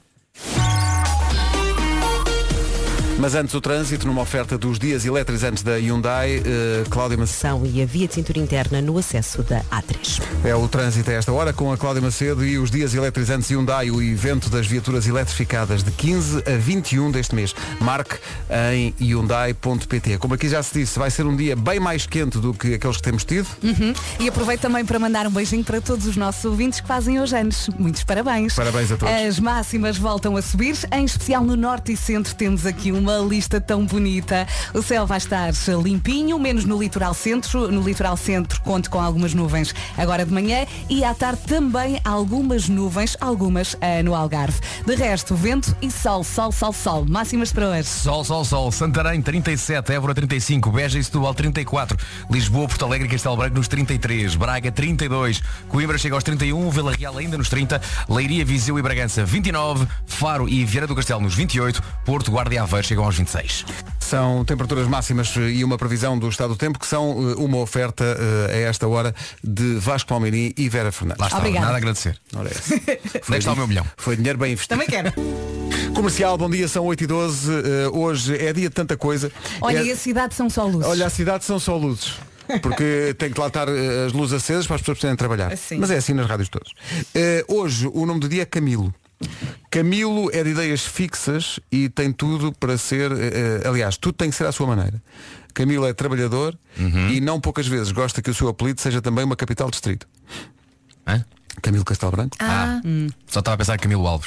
Mas antes o trânsito, numa oferta dos dias eletrizantes da Hyundai, Cláudia Macedo. E a via de cintura interna no acesso da A3. É o trânsito a esta hora com a Cláudia Macedo e os dias eletrizantes Hyundai, o evento das viaturas eletrificadas de 15 a 21 deste mês. Marque em hyundai.pt. Como aqui já se disse, vai ser um dia bem mais quente do que aqueles que temos tido. E aproveito também para mandar um beijinho para todos os nossos ouvintes que fazem hoje anos. Muitos parabéns. Parabéns a todos. As máximas voltam a subir, em especial no norte e centro temos aqui uma lista tão bonita. O céu vai estar limpinho, menos no litoral centro. No litoral centro conto com algumas nuvens agora de manhã e à tarde também algumas nuvens, algumas no Algarve. De resto, vento e sol. Máximas para hoje. Sol. Santarém 37, Évora 35, Beja e Setúbal 34, Lisboa, Porto Alegre e Castelo Branco nos 33, Braga 32, Coimbra chega aos 31, Vila Real ainda nos 30, Leiria, Viseu e Bragança 29, Faro e Vieira do Castelo nos 28, Porto, Guarda e Aveiro chegam aos 26. São temperaturas máximas e uma previsão do estado do tempo que são uma oferta a esta hora de Vasco Palmeirim e Vera Fernandes. Lá está, Obrigada. nada a agradecer. Ora, essa. Onde está o meu milhão? Foi dinheiro bem investido. Também quero. Comercial, bom dia, são 8 e 12. Hoje é dia de tanta coisa. Olha, e a cidade são só luzes. Olha, a cidade são só luzes. Porque tem que lá estar as luzes acesas para as pessoas poderem trabalhar. Assim. Mas é assim nas rádios todas. Hoje o nome do dia é Camilo. Camilo é de ideias fixas e tem tudo para ser, aliás, tudo tem que ser à sua maneira. Camilo é trabalhador e não poucas vezes gosta que o seu apelido seja também uma capital de distrito. Hã? Camilo Castelo Branco. Só estava a pensar em Camilo Alves.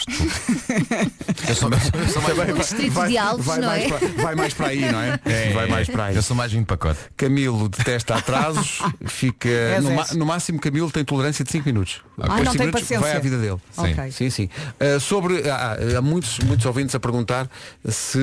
Eu sou mais O distrito de Alves, não é? Vai mais para aí, não é? Vai mais para aí. Eu sou mais um pacote. Camilo detesta atrasos, fica no máximo Camilo tem tolerância de 5 minutos. Depois não de 5 tem minutos paciência. vai à vida dele. Ok. Sim. Há muitos ouvintes a perguntar se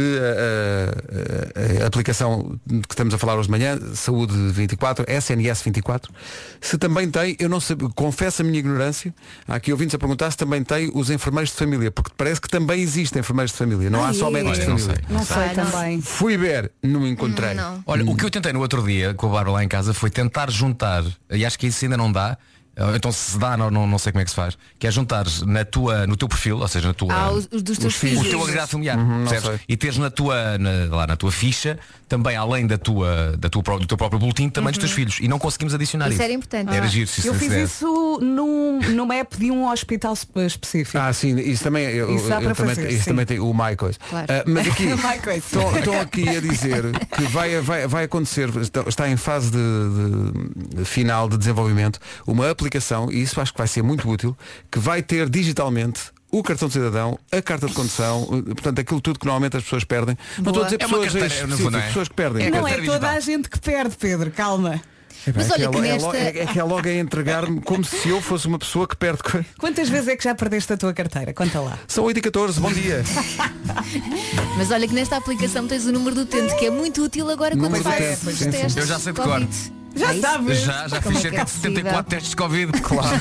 a aplicação que estamos a falar hoje de manhã, Saúde 24, SNS 24, se também tem, eu não sei, confesso a minha ignorância, há aqui ouvintes a perguntar se também tem os enfermeiros de família, porque parece que também existem enfermeiros de família, não há só médicos de não família. sei. Não sei também. Fui ver, não encontrei. Não. Olha, o que eu tentei no outro dia com a Bárbara lá em casa foi tentar juntar, e acho que isso ainda não dá, Então se dá, não sei como é que se faz, que é juntar no teu perfil, ou seja, na tua os dos teus filhos. o teu agregado familiar, não percebes? sei. E teres lá na tua ficha, também além do teu próprio boletim, também dos teus filhos. E não conseguimos adicionar isso. Isso era importante. Era giro, se Eu isso fiz fizesse. isso numa app de um hospital específico. Sim, isso também Isso dá para fazer, isso sim. também tem o MyCois. Claro. Mas aqui MyCois. estão aqui a dizer que vai acontecer, está em fase de final de desenvolvimento, uma aplicação, e isso acho que vai ser muito útil, que vai ter digitalmente o cartão de cidadão, a carta de condução, portanto aquilo tudo que normalmente as pessoas perdem. Não estou a dizer É uma pessoas, carteira, no fundo, pessoas que perdem. Não é toda a gente que perde, Pedro, calma. Mas olha que nesta... é logo a entregar-me como se eu fosse uma pessoa que perde. Quantas vezes é que já perdeste a tua carteira? Conta lá. São 8h14, bom dia. Mas olha que nesta aplicação tens o número do utente, que é muito útil agora quando Número do faz utente, os sim, sim. testes. Eu já sei de Covid. cor. Já isso? sabes. Já Como fiz é cerca que é de 74 possível? testes de Covid. Claro.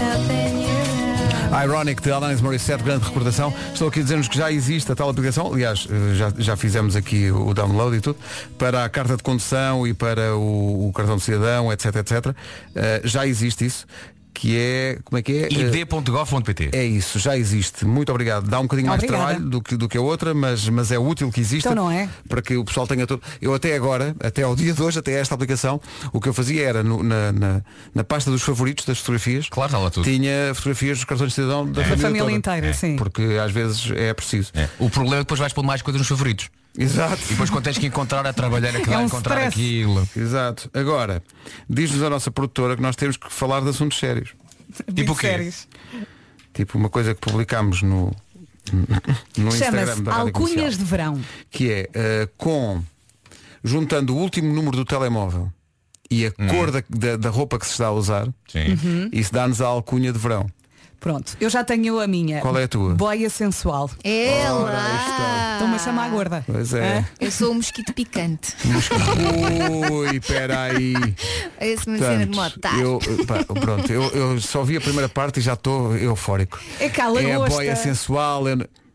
Ironic de Alanis Morissette, grande recordação. Estou aqui a dizer-nos que já existe a tal aplicação. Aliás, já fizemos aqui o download e tudo. Para a carta de condução e para o cartão de cidadão, etc, etc. Já existe isso. Que é, como é que é? id.gov.pt. É isso, já existe. Muito obrigado. Dá um bocadinho mais de Obrigada. trabalho do que a outra, mas é útil que exista. Então não é? Para que o pessoal tenha todo. Eu até agora, até ao dia de hoje, até esta aplicação, o que eu fazia era na pasta dos favoritos das fotografias. Claro, está lá tudo. Tinha fotografias dos cartões de cidadão da Da família toda. inteira, sim. Porque às vezes é preciso. O problema é que depois vais pôr mais coisas nos favoritos. Exato. E depois quando tens que encontrar a trabalheira que É vai um encontrar stress. aquilo. Exato. Agora, diz-nos a nossa produtora que nós temos que falar de assuntos sérios. Tipo o quê? Séries. Tipo uma coisa que publicámos no Instagram Chama-se da Rádio Comercial, Alcunhas de Verão. que é juntando o último número do telemóvel e a cor da roupa que se está a usar, Sim. isso dá-nos a alcunha de verão. Pronto, eu já tenho a minha. Qual é a tua? Boia sensual. Ela! Estou-me a chamar gorda. Pois é. Hã? Eu sou um mosquito picante. Ui, peraí. Esse me cena de motar. Eu só vi a primeira parte e já estou eufórico. É que a É a lagosta. boia sensual.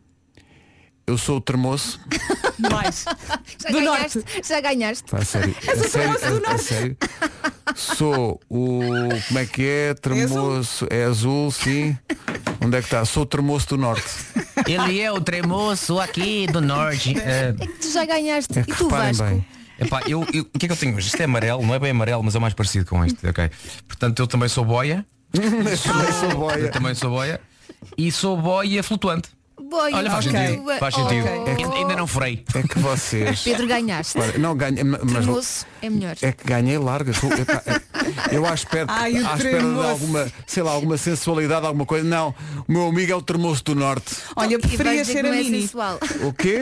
Eu sou o termoço. Mais. Já Do ganhaste, norte. já ganhaste. Pá, a sério. A sério. Sou o. Como é que é? Termoço. É azul, sim. Onde é que está? Sou o termoço do norte. Ele é o tremoço aqui do norte. É que tu já ganhaste. É E que tu, reparem Vasco? bem. Epá, o que é que eu tenho hoje? Isto é amarelo, não é bem amarelo, mas é mais parecido com isto, ok? Portanto, eu também sou boia. Também sou boia. Eu também sou boia. E sou boia flutuante. Boia. Olha, faz Ok. sentido. Faz sentido. Oh. Ainda não furei. É que vocês. Pedro, ganhaste. Olha, não ganhei, mas Termoço é melhor. é que ganhei largas. Eu à espera, Ai, o à espera de tremoço. alguma, sei lá, alguma sensualidade, alguma coisa. Não, o meu amigo é o termoço do norte. Olha, E vais preferia dizer ser que a não é mini. sensual. O quê?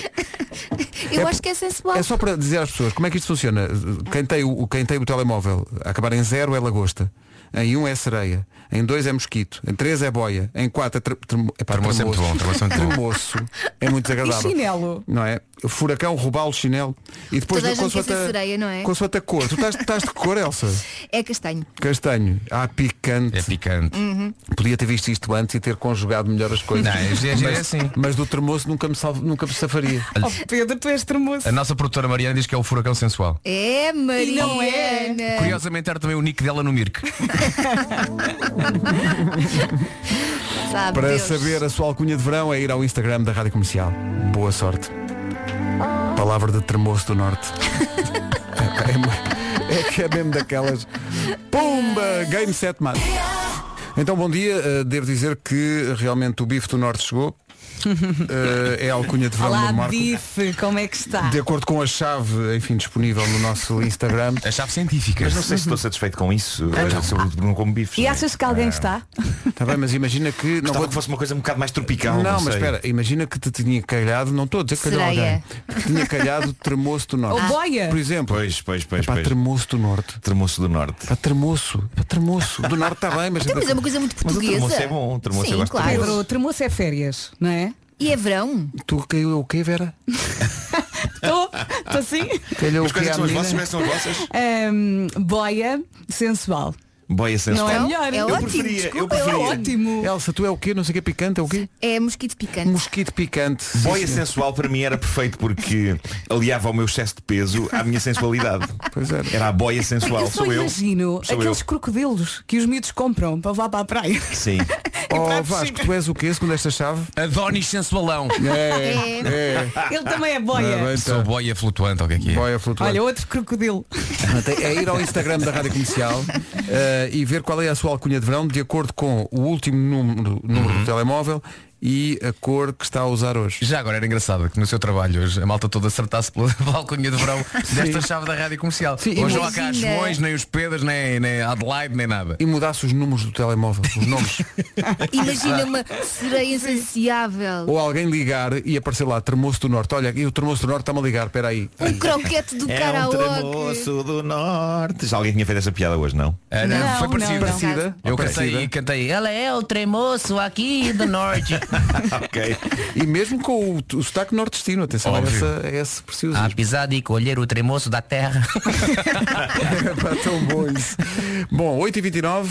Eu acho que é sensual. É só para dizer às pessoas como é que isto funciona. Quem tem o telemóvel a acabar em 0 é lagosta. Em 1 é sereia. Em 2 é mosquito. Em 3 é boia. Em 4 é Termoço é muito bom, termoço é muito bom. Tremoço é muito E desagradável. chinelo. Não é? Furacão, robalo, chinelo. E depois Toda a gente consoante quer ser sereia, não é? consoante a cor. Tu estás de cor, Elsa? É castanho. Castanho. É Picante. picante. Podia ter visto isto antes e ter conjugado melhor as coisas. Não, é assim. Mas do termoço nunca me safaria. Oh, Pedro, tu és tremoço. A nossa produtora Mariana diz que é o furacão sensual. É, Mariana. não é. Curiosamente era também o nick dela no Mirk. Sabe Para Deus. saber a sua alcunha de verão é ir ao Instagram da Rádio Comercial. Boa sorte. Palavra de termoço do norte. É que é mesmo daquelas. Pumba! Game 7 mano. Então bom dia, devo dizer que realmente o bife do norte chegou. É a alcunha de verão Olá, do Marco. bife, como é que está? De acordo com a chave, enfim, disponível no nosso Instagram. A chave científica. Mas não sei se estou satisfeito com isso. Sobretudo não como bifes. E não é? achas que alguém está? Está bem, mas imagina que. Não, Gostava que fosse uma coisa um bocado mais tropical. não, mas sei. espera, imagina que te tinha calhado, não estou a dizer que calhou Sereia. alguém, que tinha calhado tremoço do norte. Ou boia? Por exemplo. Pois. Tremoço do norte. Tremoço do norte. Tremoço. Do norte está bem, mas. Mas é uma coisa muito Mas o portuguesa. tremoço é bom. O tremoço eu Sim, gosto de claro. tremoço. Pedro, tremoço é férias, não é? E é verão? Tu caiu o quê, Vera? Estou assim? Calhou Mas o quê quais é que à são as menina? vossas? Quais são as vossas? Boia sensual. Boia sensual. Não é melhor? É eu ótimo, preferia, desculpa, eu preferia. É ótimo. Elsa, tu é o quê? Não sei o que picante, é o quê? É mosquito picante. Mosquito picante. Boia Sim, sensual para mim era perfeito porque aliava ao meu excesso de peso à minha sensualidade. Pois era. Era a boia sensual. Eu só Sou eu. imagino Sou aqueles eu. crocodilos que os miúdos compram para levar para a praia. Sim. Oh, Vasco, tu és o quê, segundo esta chave? Adonis sensualão. Ele também é boia. Ah, bem, Sou tá. boia flutuante, ou o que é que é? Boia flutuante. Olha, outro crocodilo. É ir ao Instagram da Rádio Comercial e ver qual é a sua alcunha de verão de acordo com o último número do telemóvel e a cor que está a usar hoje. Já agora era engraçado que no seu trabalho hoje a malta toda acertasse pela alcunha de verão desta chave da Rádio Comercial. Sim, hoje não há cá as imagina. Joões, nem os Pedros, nem Adelaide, nem nada. E mudasse os números do telemóvel, os nomes. Imagina uma sereia insaciável. Ou alguém ligar e aparecer lá, Tremoço do Norte. Olha, e o Tremoço do Norte está-me a ligar, espera aí. Um croquete do É um karaoke. tremoço do norte. Já alguém tinha feito essa piada hoje, não? Não, foi parecido. não. Parecida? Eu Parecida. cantei, ela é o tremoço aqui do norte. Ok. E mesmo com o sotaque nordestino, atenção a esse preciosismo. Apesar de colher o tremoço da terra. É tão bom isso. Bom, 8h29.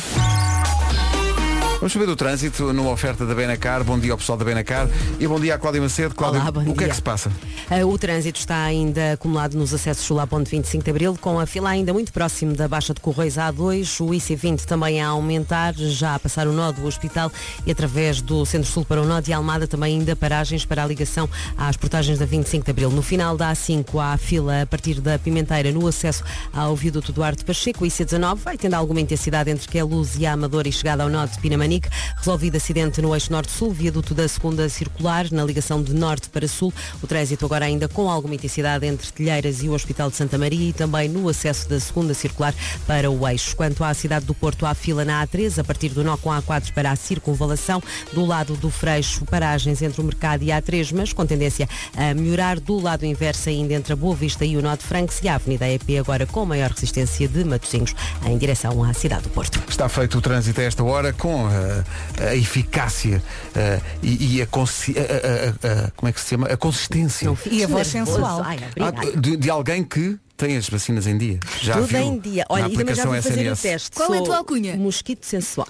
Vamos saber do trânsito numa oferta da Benacar. Bom dia ao pessoal da Benacar e bom dia à Cláudia Macedo. Cláudia, Olá, bom o que é dia. que se passa? O trânsito está ainda acumulado nos acessos Sul à Ponte 25 de Abril, com a fila ainda muito próximo da Baixa de Correios A2, o IC20 também a aumentar, já a passar o nó do Hospital e através do Centro-Sul para o nó de Almada, também ainda paragens para a ligação às portagens da 25 de Abril. No final da A5 há a fila a partir da Pimenteira no acesso ao viaduto Duarte Pacheco, o IC19 vai tendo alguma intensidade entre Queluz e a Amadora e chegada ao nó de Pinamanique. Resolvido acidente no eixo norte-sul, viaduto da segunda circular, na ligação de norte para sul. O trânsito agora ainda com alguma intensidade entre Telheiras e o Hospital de Santa Maria e também no acesso da segunda circular para o eixo. Quanto à cidade do Porto, há fila na A3, a partir do nó com a A4 para a circunvalação. Do lado do Freixo, paragens entre o Mercado e a A3, mas com tendência a melhorar. Do lado inverso ainda entre a Boa Vista e o nó de Francos e a Avenida EP agora com maior resistência de Matosinhos em direção à cidade do Porto. Está feito o trânsito a esta hora com a eficácia e como é que se chama? A consistência. E a voz sensual. Ai, obrigada. De alguém que tem as vacinas em dia. Já Tudo viu em dia. Olha, na e também já aplicação vou fazer o SNS. teste. Qual é a Sou tua alcunha? Mosquito sensual.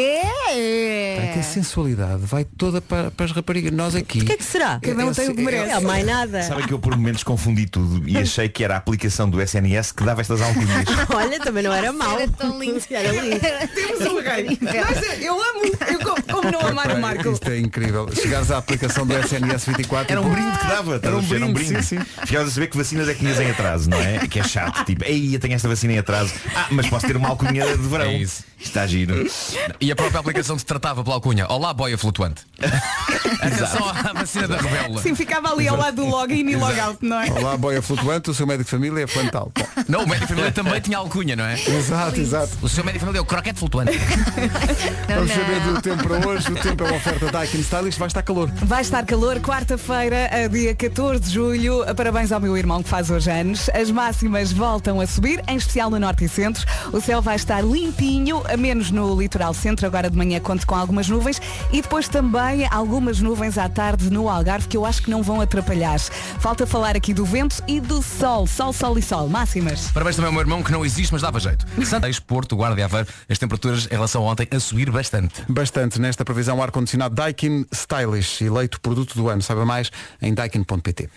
Tem que a sensualidade vai toda para as raparigas. Nós aqui. O que é que será? Cada um tem o que merece. É mais nada. Sabem que eu por momentos confundi tudo e achei que era a aplicação do SNS que dava estas alcunhas. Olha, também não era mau. Era tão lindo. Era lindo. Temos um rei. Mas eu amo. Como não amar o Marco? Isto é incrível. Chegares à aplicação do SNS 24. Era um brinde que dava. Era um estás a ver? brinde, sim. Ficavas a saber que vacinas é que tinhas em atraso, não é? Que é chato. Tipo, ei, eu tenho esta vacina em atraso. Mas posso ter uma alcunha de verão. É isso. Está giro. E a própria aplicação se tratava pela alcunha. Olá, boia flutuante. Atenção à vacina da rubéola. Sim, ficava ali ao lado do login e logout, não é? Olá, boia flutuante, o seu médico de família é flantal. Bom, Não, o médico de família também tinha alcunha, não é? exato, exato. O seu médico de família é o croquete flutuante. Vamos saber do tempo para hoje. O tempo é uma oferta da Daikin Stylish. Vai estar calor. Vai estar calor, quarta-feira, dia 14 de julho. Parabéns ao meu irmão que faz hoje anos. As máximas voltam a subir, em especial no norte e centro. O céu vai estar limpinho, a menos no litoral centro. Agora de manhã conto com algumas nuvens. E depois também algumas nuvens à tarde no Algarve, que eu acho que não vão atrapalhar. Falta falar aqui do vento e do sol. Sol, sol e sol. Máximas. Parabéns também ao meu irmão que não existe, mas dava jeito. Santos, Porto, Guarda e Aveiro, as temperaturas em relação a ontem a subir bastante. Bastante nesta previsão ar-condicionado Daikin Stylish, eleito produto do ano. Saiba mais em daikin.pt.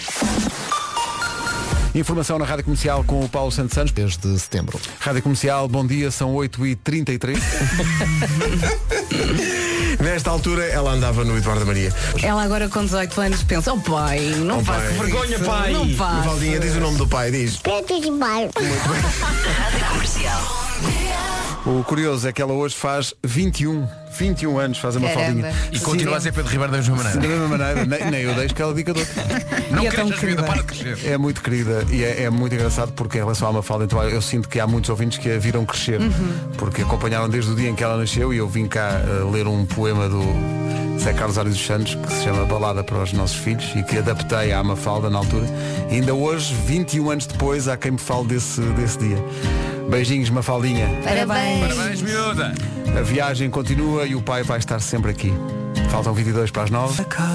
Informação na Rádio Comercial com o Paulo Santos Santos. Desde setembro. Rádio Comercial, bom dia, são 8h33. Nesta altura ela andava no Eduardo Maria. Ela agora com 18 anos pensa, oh pai, não faço pai. vergonha, pai. Não faço. Valdinha, diz o nome do pai, diz. Preto de Bar. Rádio Comercial. O curioso é que ela hoje faz 21 anos, faz uma faldinha. E continua a ser Pedro Ribeiro da mesma maneira. Da mesma maneira, nem eu deixo que ela diga de outra. Não E é cresças, tão vida, querida. para de crescer. É muito querida e é muito engraçado porque em relação à Mafalda, então eu sinto que há muitos ouvintes que a viram crescer, porque acompanharam desde o dia em que ela nasceu e eu vim cá ler um poema do Zé Carlos Aires dos Santos que se chama Balada para os Nossos Filhos e que adaptei à Mafalda na altura. E ainda hoje, 21 anos depois, há quem me fale desse dia. Beijinhos, Mafaldinha. Parabéns. Parabéns, miúda. A viagem continua e o pai vai estar sempre aqui. Faltam 22 para as 9.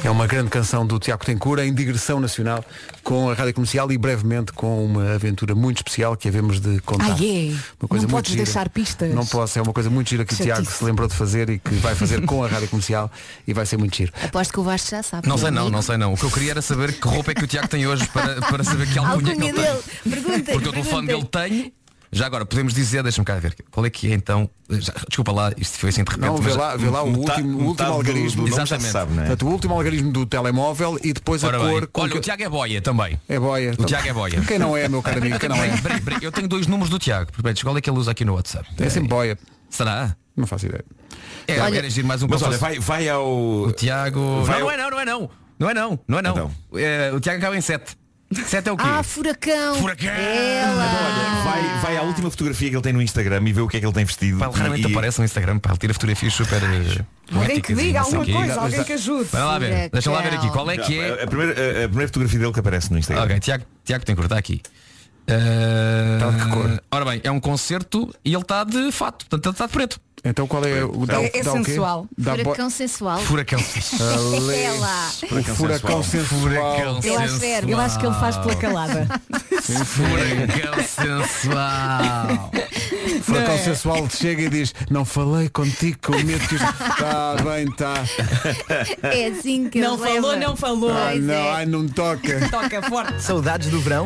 É uma grande canção do Tiago Tencourt em digressão nacional com a Rádio Comercial e brevemente com uma aventura muito especial que havemos de contar. Uma coisa não muito podes gira. deixar pistas. Não posso, é uma coisa muito gira que o Tiago se lembrou de fazer e que vai fazer com a Rádio Comercial e vai ser muito giro. Aposto que o Vasco já sabe. Não sei não. O que eu queria era saber que roupa é que o Tiago tem hoje para saber que alcunha que ele tem. Perguntem. Porque o telefone dele tenho. Já agora, podemos dizer, deixa-me cá ver, qual é que é então? Desculpa lá, isto foi assim de repente. Não, vê lá o último algarismo. Exatamente. Sabe, não é? Portanto, o último algarismo do telemóvel e depois Ora a cor. bem. Olha, o Tiago é boia também. É boia. O Tiago é boia. Quem não é, meu caro amigo? Quem não é? Peraí, eu tenho 2 números do Tiago. Qual é que ele usa aqui no WhatsApp? É sempre boia. Será? Não faço ideia. Era giro mais um. Mas olha, vai ao... O Tiago... Vai não é não. Então. O Tiago acaba em 7. 7 é o quê? Furacão. Olha, vai à última fotografia que ele tem no Instagram e vê o que é que ele tem vestido. Pá, ele raramente aparece no Instagram, pá, ele tira fotografias super Alguém que diga alguma coisa, alguém que ajude. Vai lá ver, deixa lá ver aqui, qual é que é? A primeira fotografia dele que aparece no Instagram. Ok, Tiago tem que cortar aqui. Está de que cor? Ora bem, é um concerto e ele está de fato, portanto ele está de preto. Então qual é o É sensual. Furacão sensual. Furacão. É lá. Furacão sensual. Eu acho que ele faz pela calada. Furacão sensual. Furacão sensual chega e diz: não falei contigo com medo que está bem, está. É assim que Não ele falou, leva. não falou. Não toca. Toca forte. Saudades do verão?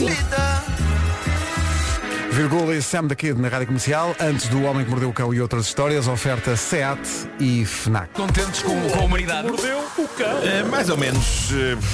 Virgula e Sam da Kid na Rádio Comercial. Antes do Homem que Mordeu o Cão e outras histórias, oferta SEAT e FNAC. Contentes com a humanidade? Mordeu o cão. Mais ou menos.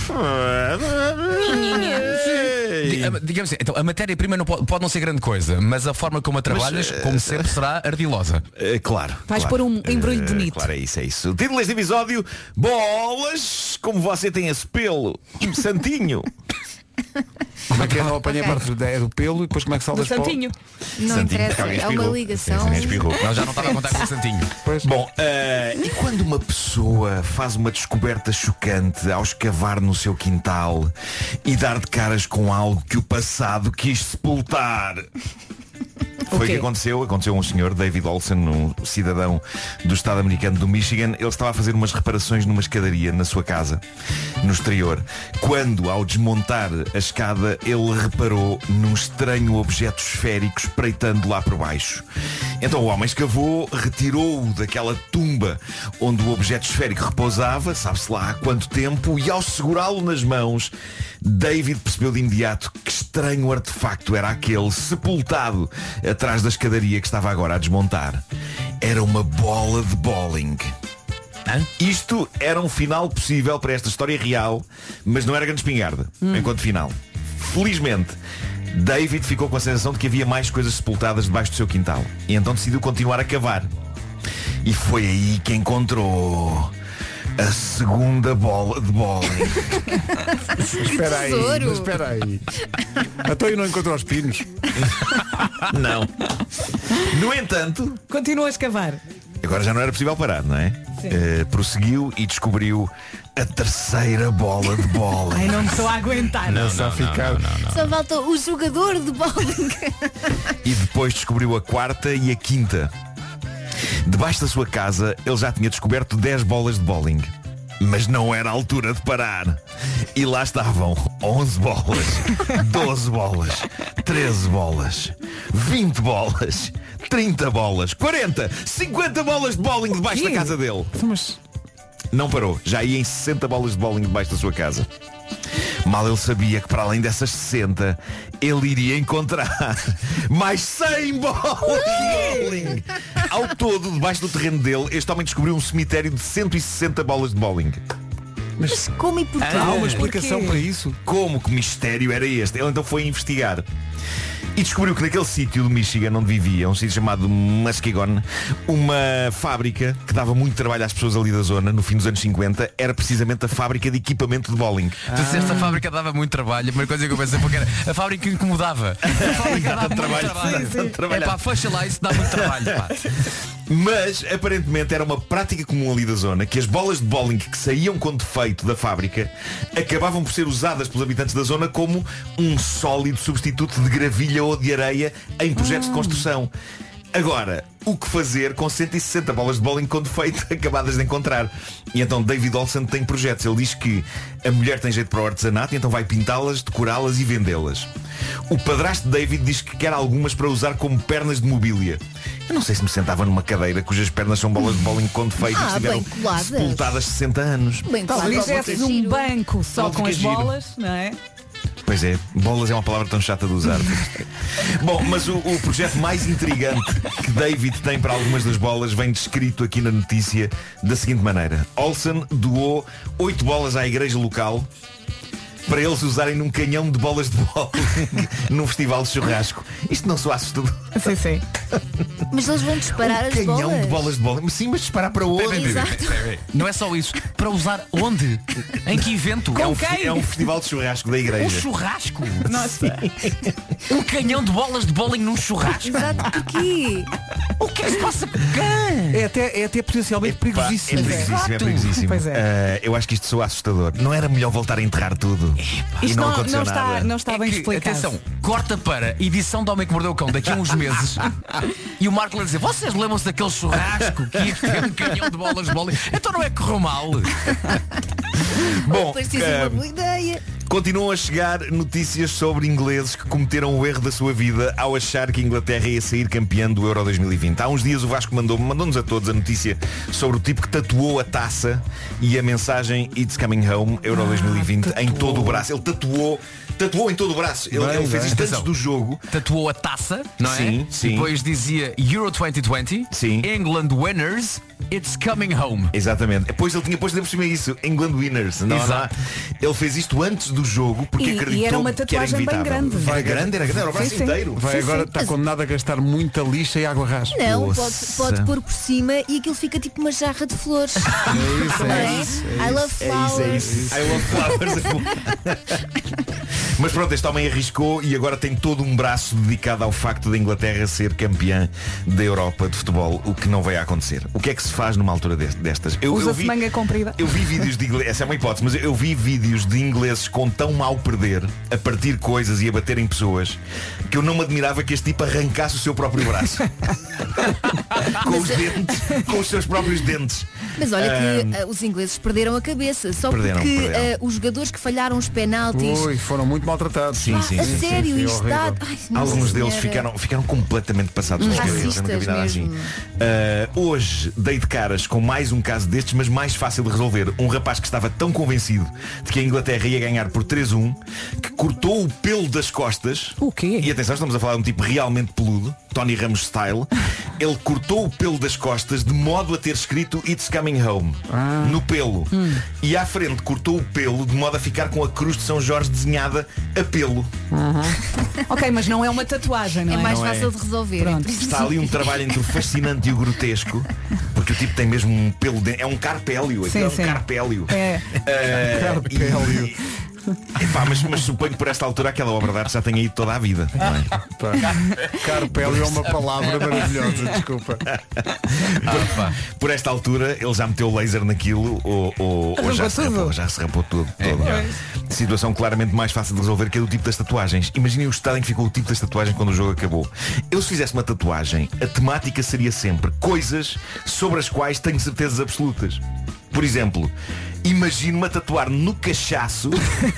Digamos assim, então a matéria-prima pode não ser grande coisa, mas a forma como a trabalhas, como sempre, será ardilosa. Claro. Vais pôr um embrulho bonito. Claro, é isso. Título deste episódio: Bolas, como você tem esse pelo santinho. Como é que é? Não apanhei a parte do pelo e depois como é que salva Do santinho. Não interessa, é uma ligação. Não, já não estava a contar com o santinho. Bom, e quando uma pessoa faz uma descoberta chocante ao escavar no seu quintal e dar de caras com algo que o passado quis sepultar? Foi o que aconteceu. Aconteceu a um senhor, David Olsen, um cidadão do estado americano do Michigan. Ele estava a fazer umas reparações numa escadaria na sua casa, no exterior, quando, ao desmontar a escada, ele reparou num estranho objeto esférico espreitando lá por baixo. Então o homem escavou, retirou-o daquela tumba onde o objeto esférico repousava, sabe-se lá há quanto tempo, e ao segurá-lo nas mãos, David percebeu de imediato que estranho artefacto era aquele sepultado atrás da escadaria que estava agora a desmontar. Era uma bola de bowling. Isto era um final possível para esta história real, mas não era grande espingarda enquanto final. Felizmente, David ficou com a sensação de que havia mais coisas sepultadas debaixo do seu quintal e então decidiu continuar a cavar. E foi aí que encontrou a segunda bola de bowling. Espera aí. Até eu não encontrou os pinos. Não. No entanto, continua a escavar. Agora já não era possível parar, não é? Prosseguiu e descobriu a terceira bola de bowling. Ai, não me estou a aguentar. Só falta o jogador de bowling. E depois descobriu a quarta e a quinta. Debaixo da sua casa, ele já tinha descoberto 10 bolas de bowling. Mas não era a altura de parar. E lá estavam 11 bolas, 12 bolas, 13 bolas, 20 bolas, 30 bolas, 40, 50 bolas de bowling debaixo da casa dele. Não parou, já ia em 60 bolas de bowling debaixo da sua casa. Mal ele sabia que para além dessas 60 ele iria encontrar mais 100 bolas de bowling. Ao todo, debaixo do terreno dele, este homem descobriu um cemitério de 160 bolas de bowling. Mas como e porquê? Há uma explicação para isso? Como que mistério era este? Ele então foi investigar e descobriu que naquele sítio do Michigan onde vivia, um sítio chamado Muskegon, uma fábrica que dava muito trabalho às pessoas ali da zona no fim dos anos 50 era precisamente a fábrica de equipamento de bowling. Tu disseste a fábrica dava muito trabalho, a primeira coisa que eu pensei foi que era a fábrica incomodava. A fábrica dava muito trabalho. É pá, fecha lá, isso dá muito trabalho, pá. Mas aparentemente era uma prática comum ali da zona que as bolas de bowling que saíam com defeito da fábrica acabavam por ser usadas pelos habitantes da zona como um sólido substituto de gravilha ou de areia em projetos de construção. Agora, o que fazer com 160 bolas de bowling com defeito acabadas de encontrar? E então David Olsen tem projetos. Ele diz que a mulher tem jeito para o artesanato e então vai pintá-las, decorá-las e vendê-las. O padrasto David diz que quer algumas para usar como pernas de mobília. Eu não sei se me sentava numa cadeira cujas pernas são bolas de bowling com defeito e estiveram sepultadas 60 anos. Talvez tivesse um banco só com as bolas, não é? Pois é, bolas é uma palavra tão chata de usar. Bom, mas o projeto mais intrigante que David tem para algumas das bolas vem descrito aqui na notícia da seguinte maneira. Olsen doou 8 bolas à igreja local para eles usarem num canhão de bolas de bowling num festival de churrasco. Isto não soa assustador. Sim, sim. Mas eles vão disparar as bolas. Canhão de bolas de bowling. Sim, mas disparar para onde? Não é só isso. Para usar onde? Em que evento? É um festival de churrasco da igreja. Um churrasco? Nossa. Um canhão de bolas de bowling num churrasco? Exato, porquê? O que é que se passa com quem? É até potencialmente perigosíssimo. É perigosíssimo. Pois é. Eu acho que isto soa assustador. Não era melhor voltar a enterrar tudo? E Isto não aconteceu nada. Não está bem explicado. Atenção, corta para edição do Homem que Mordeu o Cão daqui a uns meses. E o Marco vai dizer, vocês lembram-se daquele churrasco que ia ter um canhão de bolas de bowling? Então não é que correu mal. Bom, Parecia uma boa ideia. continuam a chegar notícias sobre ingleses que cometeram o erro da sua vida ao achar que a Inglaterra ia sair campeã do Euro 2020. Há uns dias o Vasco mandou-nos a todos a notícia sobre o tipo que tatuou a taça e a mensagem It's Coming Home Euro 2020 em todo o braço. Ele tatuou em todo o braço. Ele fez isto antes do jogo. Tatuou a taça, não é? Sim, sim. Depois dizia Euro 2020, sim. England winners, it's coming home. Exatamente. Depois ele tinha posto por cima isso, England winners. Não. Ele fez isto antes do jogo porque acreditou e era uma que era tatuagem bem inevitável. grande. Era o braço inteiro. Vai agora, está condenado a gastar muita lixa e água rasa. Não, pode pôr por cima e aquilo fica tipo uma jarra de flores. É isso. I love flowers. I love flowers. Mas pronto, este homem arriscou e agora tem todo um braço dedicado ao facto da Inglaterra ser campeã da Europa de futebol, o que não vai acontecer. O que é que se faz numa altura destas? Usa-se manga comprida. Eu vi vídeos de ingleses, essa é uma hipótese, mas eu vi vídeos de ingleses com tão mal perder, a partir coisas e a bater em pessoas, que eu não me admirava que este tipo arrancasse o seu próprio braço. Com os dentes, com os seus próprios dentes. Mas olha que os ingleses perderam a cabeça só Perderam. os jogadores que falharam os penaltis. Foram muito maltratados. Sim. A sério, isto está... Alguns deles ficaram completamente passados nas cabeças. Eu nunca vi nada assim. Hoje dei de caras com mais um caso destes, mas mais fácil de resolver. Um rapaz que estava tão convencido de que a Inglaterra ia ganhar por 3-1 que cortou o pelo das costas. O quê? E atenção, estamos a falar de um tipo realmente peludo, Tony Ramos style. Ele cortou o pelo das costas de modo a ter escrito It's Coming Home no pelo. E à frente cortou o pelo de modo a ficar com a cruz de São Jorge desenhada a pelo. Ok, mas não é uma tatuagem, não é? É mais Não é. fácil de resolver. Pronto. Está ali um trabalho entre o fascinante e o grotesco, porque o tipo tem mesmo um pelo de... É um carpélio. Sim, É um sim. carpélio. É. Carpélio. Epá, mas suponho que por esta altura aquela obra de arte já tenha ido toda a vida. Não é? Carpélio é uma palavra maravilhosa, desculpa. Por esta altura ele já meteu laser naquilo ou já se rapou tudo. Situação claramente mais fácil de resolver que a do tipo das tatuagens. Imaginem o estado em que ficou o tipo das tatuagens quando o jogo acabou. Eu se fizesse uma tatuagem, a temática seria sempre coisas sobre as quais tenho certezas absolutas. Por exemplo, imagino-me a tatuar no cachaço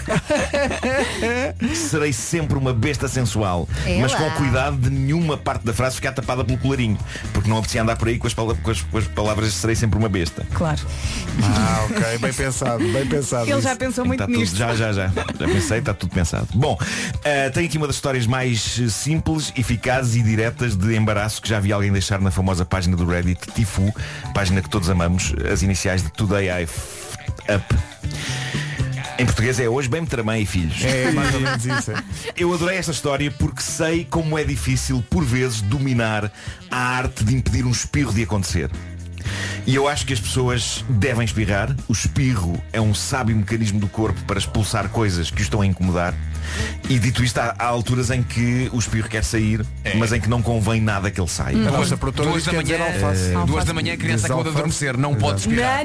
serei sempre uma besta sensual. Mas com cuidado de nenhuma parte da frase ficar tapada pelo colarinho, porque não apetecia andar por aí com as palavras serei sempre uma besta. Claro. Ok, bem pensado. Ele já pensou muito nisto. Já pensei, está tudo pensado. Bom, tenho aqui uma das histórias mais simples, eficazes e diretas de embaraço que já vi alguém deixar na famosa página do Reddit Tifu, página que todos amamos, as iniciais de Today I Up. Em português é hoje bem me tramei, filhos. É mais ou menos isso. Eu adorei esta história porque sei como é difícil por vezes dominar a arte de impedir um espirro de acontecer. E eu acho que as pessoas devem espirrar. O espirro é um sábio mecanismo do corpo para expulsar coisas que o estão a incomodar. E dito isto, há alturas em que o espirro quer sair, mas em que não convém nada que ele saia. A nossa produtora diz que quer dizer alface. 2 da manhã a criança acabou de adormecer, não pode espirrar.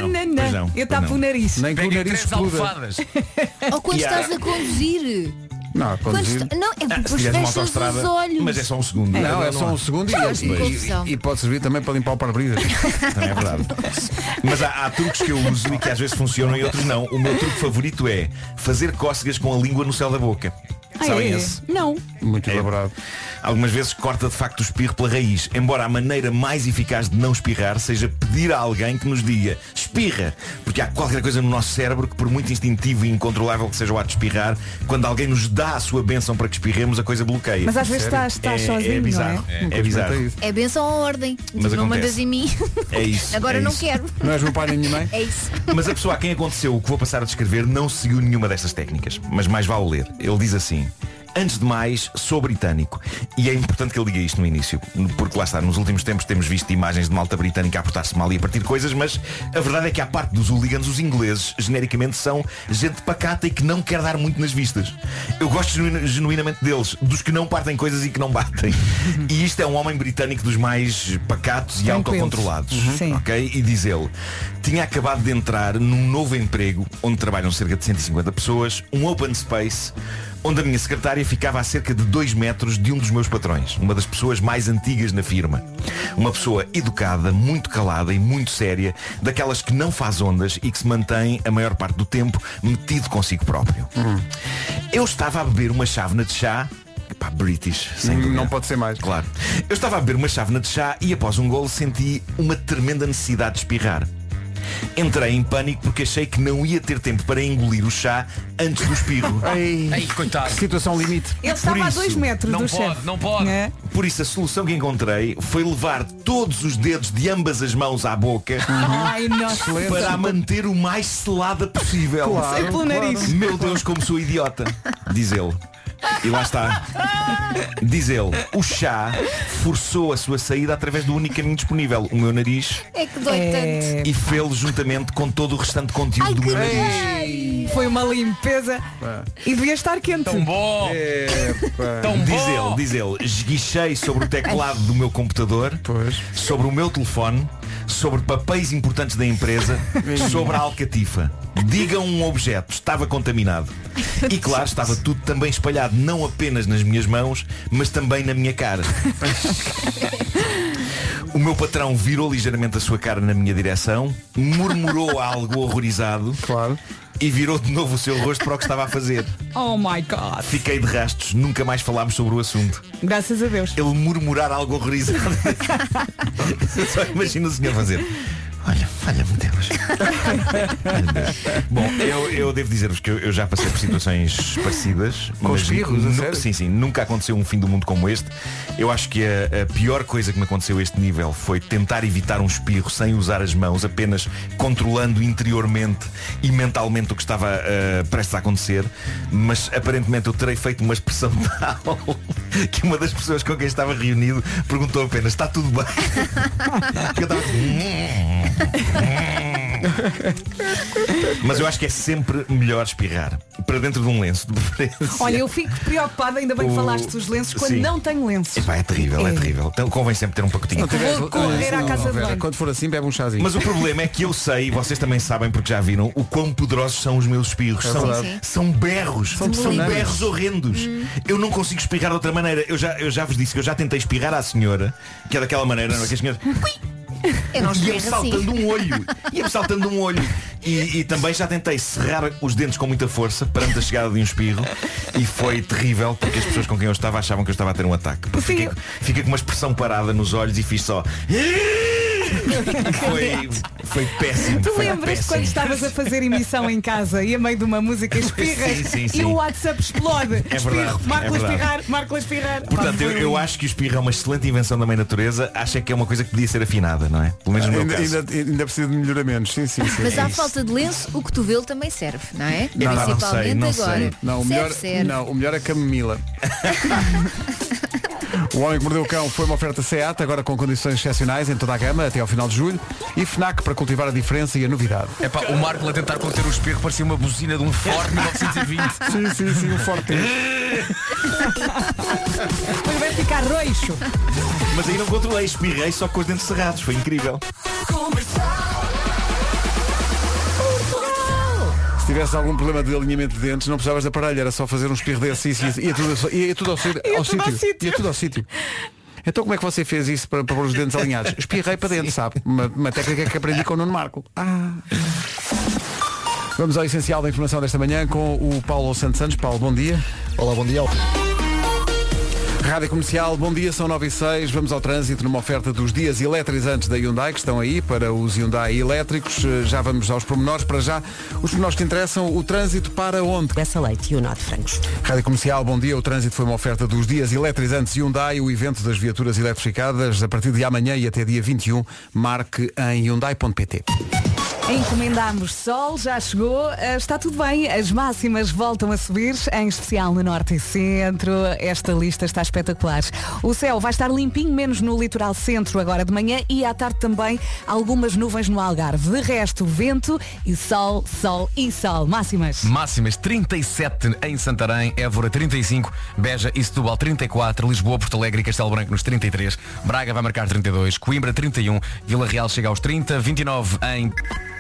Não. Eu tapo o nariz. Nem que o nariz exploda. Ou quando estás a conduzir. Não, conduzir. Não, é porque Se depois tiveres uma fechas autoestrada, os olhos. mas é só um segundo. Não, é só um segundo e pode servir também para limpar o para-brisa. Também é verdade. Mas há truques que eu uso e que às vezes funcionam e outros não. O meu truque favorito é fazer cócegas com a língua no céu da boca. Sabem esse? Não. Muito elaborado. Algumas vezes corta de facto o espirro pela raiz. Embora a maneira mais eficaz de não espirrar seja pedir a alguém que nos diga espirra. Porque há qualquer coisa no nosso cérebro que, por muito instintivo e incontrolável que seja o ato de espirrar, quando alguém nos dá a sua bênção para que espirremos, a coisa bloqueia. Mas às vezes estás sozinho, é bizarro. não é? É bizarro. É benção à ordem. Mas não acontece. mandas em mim. É isso. Agora é não isso. quero. Não és meu pai nem minha mãe? É isso. Mas a pessoa a quem aconteceu o que vou passar a descrever não seguiu nenhuma destas técnicas. Mas mais vale ler. Ele diz assim: antes de mais, sou britânico. E é importante que ele diga isto no início, porque lá está, nos últimos tempos temos visto imagens de malta britânica a portar-se mal e a partir coisas, mas a verdade é que à parte dos hooligans, os ingleses, genericamente, são gente pacata e que não quer dar muito nas vistas. Eu gosto genuinamente deles, dos que não partem coisas e que não batem. E isto é um homem britânico dos mais pacatos e autocontrolados. Ok? E diz ele: tinha acabado de entrar num novo emprego, onde trabalham cerca de 150 pessoas, um open space, onde a minha secretária ficava a cerca de 2 metros de um dos meus patrões, uma das pessoas mais antigas na firma. Uma pessoa educada, muito calada e muito séria, daquelas que não faz ondas e que se mantém a maior parte do tempo metido consigo próprio. Eu estava a beber uma chávena de chá. Pá, British, sem dúvida. Não pode ser mais. Claro. Eu estava a beber uma chávena de chá e após um golo senti uma tremenda necessidade de espirrar. Entrei em pânico porque achei que não ia ter tempo para engolir o chá antes do espirro. Ei, coitado. Situação limite. Ele estava a 2 metros do chefe. Não pode. É? Por isso a solução que encontrei foi levar todos os dedos de ambas as mãos à boca Ai, nossa. para a manter o mais selada possível. Claro, Sei pelo nariz. Meu Deus, como sou idiota, diz ele. E lá está. Diz ele: o chá forçou a sua saída através do único caminho disponível, o meu nariz, É que dói tanto. e fê-lo juntamente com todo o restante conteúdo do meu nariz. Foi uma limpeza e devia estar quente. Tão bom. Diz ele, esguichei sobre o teclado do meu computador, sobre o meu telefone, sobre papéis importantes da empresa, sobre a alcatifa. Digam um objeto, estava contaminado. E claro, estava tudo também espalhado, não apenas nas minhas mãos, mas também na minha cara. O meu patrão virou ligeiramente a sua cara na minha direção, murmurou algo horrorizado, e virou de novo o seu rosto para o que estava a fazer. Oh my God. Fiquei de rastos, nunca mais falámos sobre o assunto. Graças a Deus. Ele murmurar algo horrorizado. Eu só imagino o senhor fazer: olha, falha-me Deus. Falha-me Deus. Bom, eu devo dizer-vos que eu já passei por situações parecidas. Com mas espirros, a sério? Sim, nunca aconteceu um fim do mundo como este. Eu acho que a pior coisa que me aconteceu a este nível foi tentar evitar um espirro sem usar as mãos, apenas controlando interiormente e mentalmente o que estava prestes a acontecer. Mas aparentemente eu terei feito uma expressão tal que uma das pessoas com quem estava reunido perguntou apenas: está tudo bem? Porque eu estava Mas eu acho que é sempre melhor espirrar para dentro de um lenço, de preferência. Olha, eu fico preocupada, ainda bem que falaste dos lenços, quando Sim. não tenho lenços. Epá, é terrível, é terrível. Então convém sempre ter um pacotinho. Vou correr à casa de banho. Quando for assim, bebe um chazinho. Mas o problema é que eu sei, e vocês também sabem porque já viram, o quão poderosos são os meus espirros. É verdade. São berros. São demoníacos. berros horrendos. Eu não consigo espirrar de outra maneira. Eu já vos disse que eu já tentei espirrar à senhora, que é daquela maneira, não é? Que a senhora... Eu não Ia-me espirro assim. saltando um olho. Ia-me saltando um olho. E também já tentei cerrar os dentes com muita força perante a chegada de um espirro. E foi terrível porque as pessoas com quem eu estava achavam que eu estava a ter um ataque. Porque fiquei com uma expressão parada nos olhos e fiz só... Foi péssimo. Tu foi lembras péssimo. quando estavas a fazer emissão em casa e a meio de uma música espirras Sim. e o WhatsApp explode? É verdade, Marco a é verdade. espirrar, Marco a espirrar. Portanto, eu acho que o espirro é uma excelente invenção da mãe natureza. Acho que é uma coisa que podia ser afinada, não é? Pelo menos no meu caso. Ainda precisa de melhoramentos. Sim. Mas É à isso. falta de lenço, o cotovelo também serve, não é? Não, não Principalmente não agora. sei. Não, o melhor, Serve. não, o melhor é camomila. O Homem que Mordeu o Cão foi uma oferta SEAT, agora com condições excepcionais em toda a gama, até ao final de julho. E FNAC para cultivar a diferença e a novidade. É pá, o Marco a tentar conter o espirro parecia uma buzina de um Ford 1920. Sim, um forte. Depois vai ficar roxo. Mas aí não controlei, espirrei só com os dentes cerrados. Foi incrível. tivesse algum problema de alinhamento de dentes, não precisavas de aparelho, era só fazer um espirro desse e ia tudo ao sítio. Então como é que você fez isso para pôr os dentes alinhados? Espirrei para dentro, sabe? Uma técnica que aprendi com o Nuno Marco. Vamos ao essencial da informação desta manhã com o Paulo Santos. Paulo, bom dia. Olá, bom dia. Rádio Comercial, bom dia, são 9h06. Vamos ao trânsito numa oferta dos dias eletrizantes da Hyundai, que estão aí para os Hyundai elétricos. Já vamos aos pormenores. Para já, os pormenores que interessam, o trânsito para onde? Bessa Leite e o Norte Francos. Rádio Comercial, bom dia. O trânsito foi uma oferta dos dias eletrizantes Hyundai, o evento das viaturas eletrificadas. A partir de amanhã e até dia 21, marque em hyundai.pt. Encomendámos sol, já chegou, está tudo bem, as máximas voltam a subir, em especial no Norte e Centro, esta lista está espetacular. O céu vai estar limpinho, menos no litoral centro agora de manhã e à tarde também algumas nuvens no Algarve. De resto, vento e sol, sol e sol. Máximas. Máximas 37 em Santarém, Évora 35, Beja e Setúbal 34, Lisboa, Porto Alegre e Castelo Branco nos 33, Braga vai marcar 32, Coimbra 31, Vila Real chega aos 30, 29 em...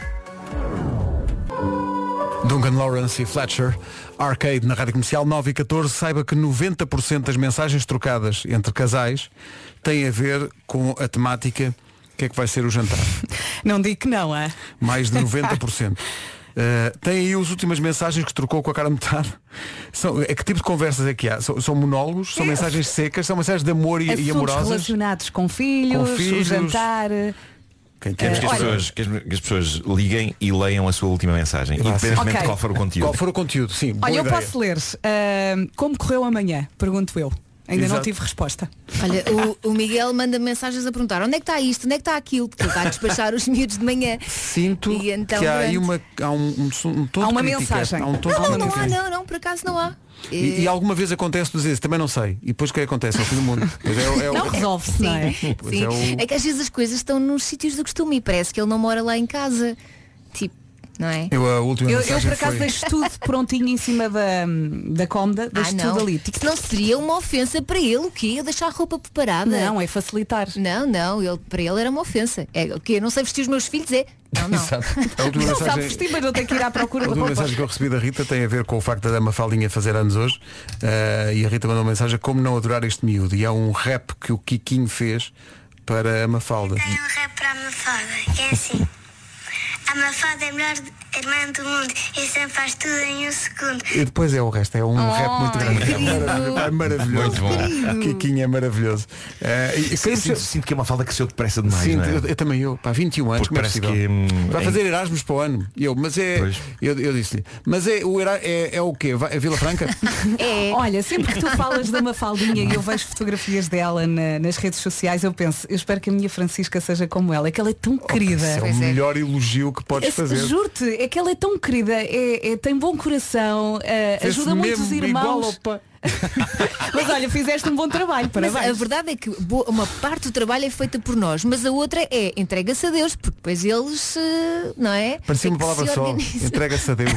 Duncan Lawrence e Fletcher, Arcade na Rádio Comercial 9h14. Saiba que 90% das mensagens trocadas entre casais têm a ver com a temática que é que vai ser o jantar. Não digo que não, é? Mais de 90%. Tem aí as últimas mensagens que trocou com a cara metade. Que tipo de conversas é que há? São monólogos? São mensagens secas? São mensagens de amor e amorosas? Relacionados com filhos, o jantar... Queremos que as pessoas liguem e leiam a sua última mensagem, independentemente de qual for o conteúdo. Qual for o conteúdo, sim. Olha, eu posso ler. Como correu amanhã? Pergunto eu. Ainda não tive resposta. Olha, o Miguel manda mensagens a perguntar onde é que está isto, onde é que está aquilo, porque ele está a despachar os miúdos de manhã. Sinto e então, que há aí um tom há uma de crítica. mensagem. Não, por acaso não há. E alguma vez acontece dizer isso, também não sei. E depois o que acontece? É o fim do mundo. Não resolve-se, não é? Sim. É que às vezes as coisas estão nos sítios do costume e parece que ele não mora lá em casa. Tipo, não é? Eu por acaso deixo tudo prontinho em cima da cômoda, deixo tudo ali. Tipo, não seria uma ofensa para ele o quê? Eu deixar a roupa preparada? Não, é facilitar. Não, para ele era uma ofensa. É o quê? Eu não sei vestir os meus filhos, é? Não. Não sabe vestir, mas não tem que ir à procura da roupa. A mensagem que eu recebi da Rita tem a ver com o facto da Mafaldinha fazer anos hoje. E a Rita mandou uma mensagem: como não adorar este miúdo? E há um rap que o Kikinho fez para a Mafalda. Tem um rap para a Mafalda, que é assim: a Mafalda é a melhor irmã do mundo e sempre faz tudo em um segundo. E depois é o resto, é um rap muito grande. É maravilhoso. Muito bom. Kikinho é maravilhoso. Sinto que a Mafalda cresceu depressa demais. Sim, não é? eu também, 21 anos. Parece que vai fazer Erasmus para o ano. Eu disse-lhe, mas é o quê? É Vila Franca? Olha, sempre que tu falas da Mafaldinha e eu vejo fotografias dela nas redes sociais, eu penso, eu espero que a minha Francisca seja como ela, é que ela é tão querida. É o melhor elogio que podes fazer. Juro-te, é que ela é tão querida, tem bom coração, ajuda muito os irmãos. Mas olha, fizeste um bom trabalho, parabéns. Mas a verdade é que uma parte do trabalho é feita por nós, mas a outra é entrega-se a Deus, porque depois eles, não é? Parecia uma palavra só, entrega-se a Deus.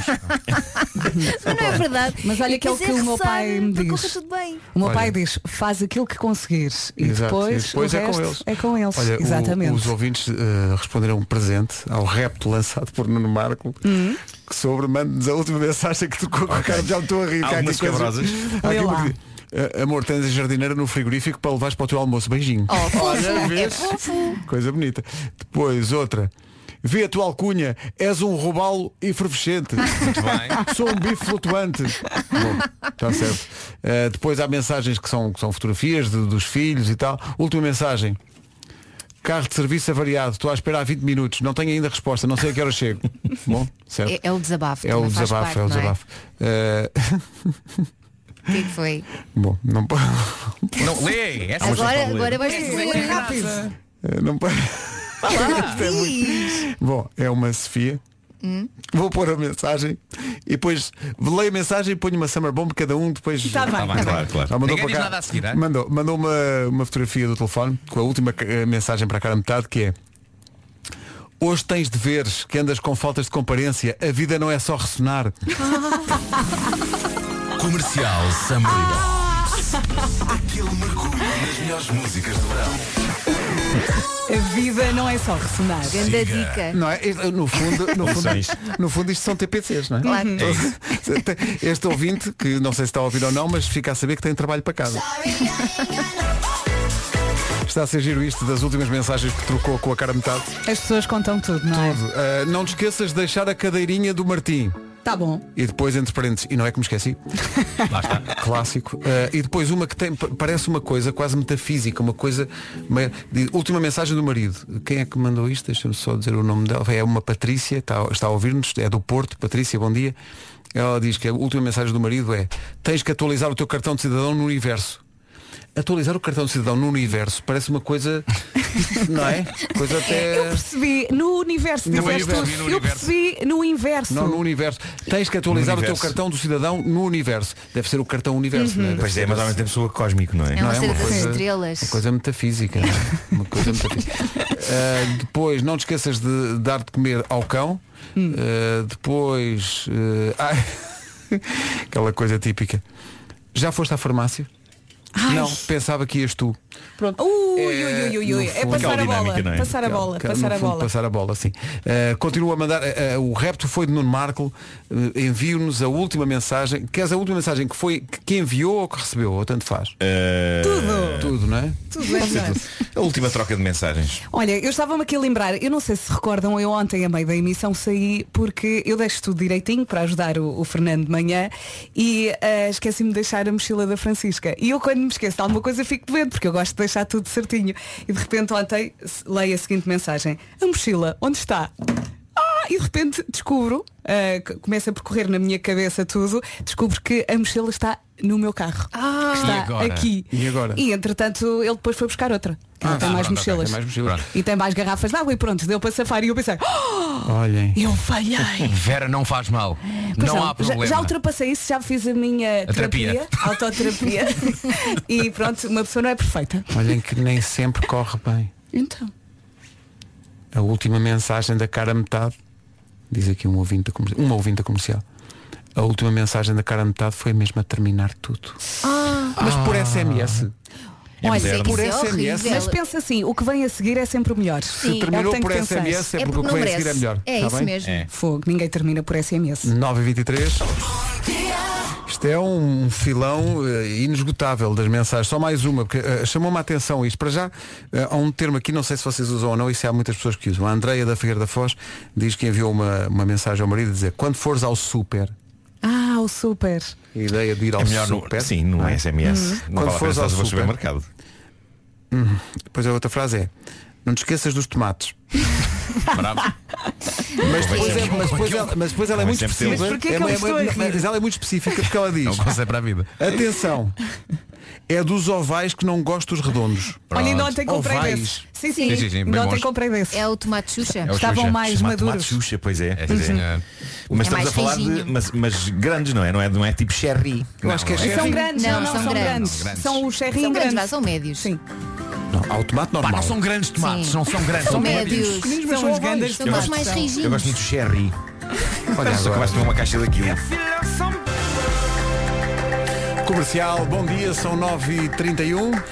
Mas não é verdade. Mas olha aquilo que o meu pai me diz. Tudo bem. O meu pai diz, faz aquilo que conseguires e depois o resto é com eles. Olha, exatamente. Os ouvintes responderam um presente ao repto lançado por Nuno Marco. Sobre, mande-nos a última mensagem que tocou com o cara, já me estou a rir. Algumas cabrosas. Amor, tens a jardineira no frigorífico para levares para o teu almoço. Beijinho. Olha, vês? Coisa bonita. Depois outra. Vê a tua alcunha, és um robalo efervescente. Muito bem. Sou um bife flutuante. Bom, está certo. Depois há mensagens que são fotografias dos filhos e tal. Última mensagem. Carro de serviço avariado, estou a esperar há 20 minutos, não tenho ainda resposta, não sei a que hora chego. Bom, certo. É o desabafo. É o desabafo, é o desabafo. O que foi? Bom, não pode. Não lê! Agora vais dizer rápido. Não pode. Bom, é uma Sofia. Vou pôr a mensagem e depois leio a mensagem e ponho uma Summer Bomb, cada um depois. Está bem. Claro. Ninguém diz nada a seguir, hein? Mandou uma fotografia do telefone com a última mensagem para a cara metade, que é: hoje tens deveres, que andas com faltas de comparência, a vida não é só ressonar. Comercial Summer Aquele mergulho nas melhores músicas do verão. A vida não é só ressonar. Grande dica. Não é? No fundo isto são TPCs, não é? Claro. Este ouvinte, que não sei se está a ouvir ou não, mas fica a saber que tem trabalho para casa. Está a ser giro isto das últimas mensagens que trocou com a cara metade. As pessoas contam tudo, não é? Não te esqueças de deixar a cadeirinha do Martim. Tá bom. E depois, entre parênteses, e não é que me esqueci. Lá está. Clássico. E depois uma que tem, parece uma coisa quase metafísica, uma coisa. Última mensagem do marido. Quem é que mandou isto? Deixa-me só dizer o nome dela. É uma Patrícia, está a ouvir-nos, é do Porto. Patrícia, bom dia. Ela diz que a última mensagem do marido é: tens que atualizar o teu cartão de cidadão no universo. Atualizar o cartão de cidadão no universo parece uma coisa, não é? Coisa até... Eu percebi no universo. Eu percebi no inverso. Não, no universo. Tens que atualizar o teu cartão do cidadão no universo. Deve ser o cartão universo, não é? Pois é, mas ao mesmo tempo sou cósmico, não é? É uma Não é série uma das coisa- estrelas. Uma coisa metafísica. Uma coisa metafísica. Depois, não te esqueças de dar de comer ao cão. Depois, aquela coisa típica. Já foste à farmácia? Ai. Não, pensava que ias tu. Pronto. Ui. É passar a bola. dinâmica, não é? Passar a bola. Passar a bola. Passar a bola, sim. Continua a mandar. O repto foi de Nuno Marco. Envio-nos a última mensagem. Queres a última mensagem que enviou ou que recebeu? Ou tanto faz? Tudo, não é? Tudo é melhor. A última troca de mensagens. Olha, eu estava-me aqui a lembrar, eu não sei se recordam, eu ontem a meio da emissão saí porque eu deixo tudo direitinho para ajudar o Fernando de manhã e esqueci-me de deixar a mochila da Francisca. E eu quando me esqueço de alguma coisa fico doente, porque eu gosto de deixar tudo certinho. E de repente ontem leio a seguinte mensagem: a mochila, onde está? E de repente descubro, começa a percorrer na minha cabeça tudo, descubro que a mochila está no meu carro. Que está aqui. E agora? E entretanto ele depois foi buscar outra. Tem mais mochilas. Tem mais mochilas. E tem mais garrafas de água e pronto, deu para safar. E eu pensei, Olhem. eu falhei. Vera, não faz mal. Pois Não há problema. já ultrapassei isso, já fiz a minha terapia. autoterapia. E pronto, uma pessoa não é perfeita. Olhem que nem sempre corre bem. Então. A última mensagem da cara metade, diz aqui uma ouvinte da comercial. A última mensagem da cara metade foi mesmo a terminar tudo. Mas por SMS. Olha, por isso é SMS. horrível. Mas pensa assim, o que vem a seguir é sempre o melhor. Se terminou por SMS é porque o que vem a seguir é melhor. É Está isso bem? mesmo. Fogo, ninguém termina por SMS. 9h23. Isto é um filão inesgotável das mensagens. Só mais uma, porque chamou-me a atenção isto. Para já, há um termo aqui, não sei se vocês usam ou não, e se há muitas pessoas que usam. A Andreia da Figueira da Foz diz que enviou uma mensagem ao marido a dizer: quando fores ao super. O super. A ideia de ir ao melhor super. Sim, no SMS. Não Quando vale a pena fores ao estás a super. supermercado. Depois a outra frase é: não te esqueças dos tomates. Bravo. Mas depois ela é muito sempre específica. Mas porquê que eu estou a rir? Mas ela é muito específica porque ela diz: É um conceito para a vida. atenção, é dos ovais que não gosto dos redondos. Olha, ainda ontem comprei Ovais. desses. Sim, Sim, bem ainda ontem bons. comprei desses. É o tomate Xuxa. É o Estavam Xuxa. mais Tomate maduros. Xuxa, pois é. É, sim, senhor. Mas estamos mais a falar de. rijinho. Mas grandes, não é? Não é tipo cherry. Eu acho que é Não, São cherry. grandes, Não, não, são são grandes. grandes. São os São cherry grandes, grandes. são médios. Sim. Não, há o tomate Pá, normal. não são grandes tomates, Sim. não são grandes, São são médios. São os grandes São os mais Eu rijinhos. gosto muito de cherry. Olha Só agora. começo a tomar uma caixa daquilo. Comercial, bom dia, são 9h31.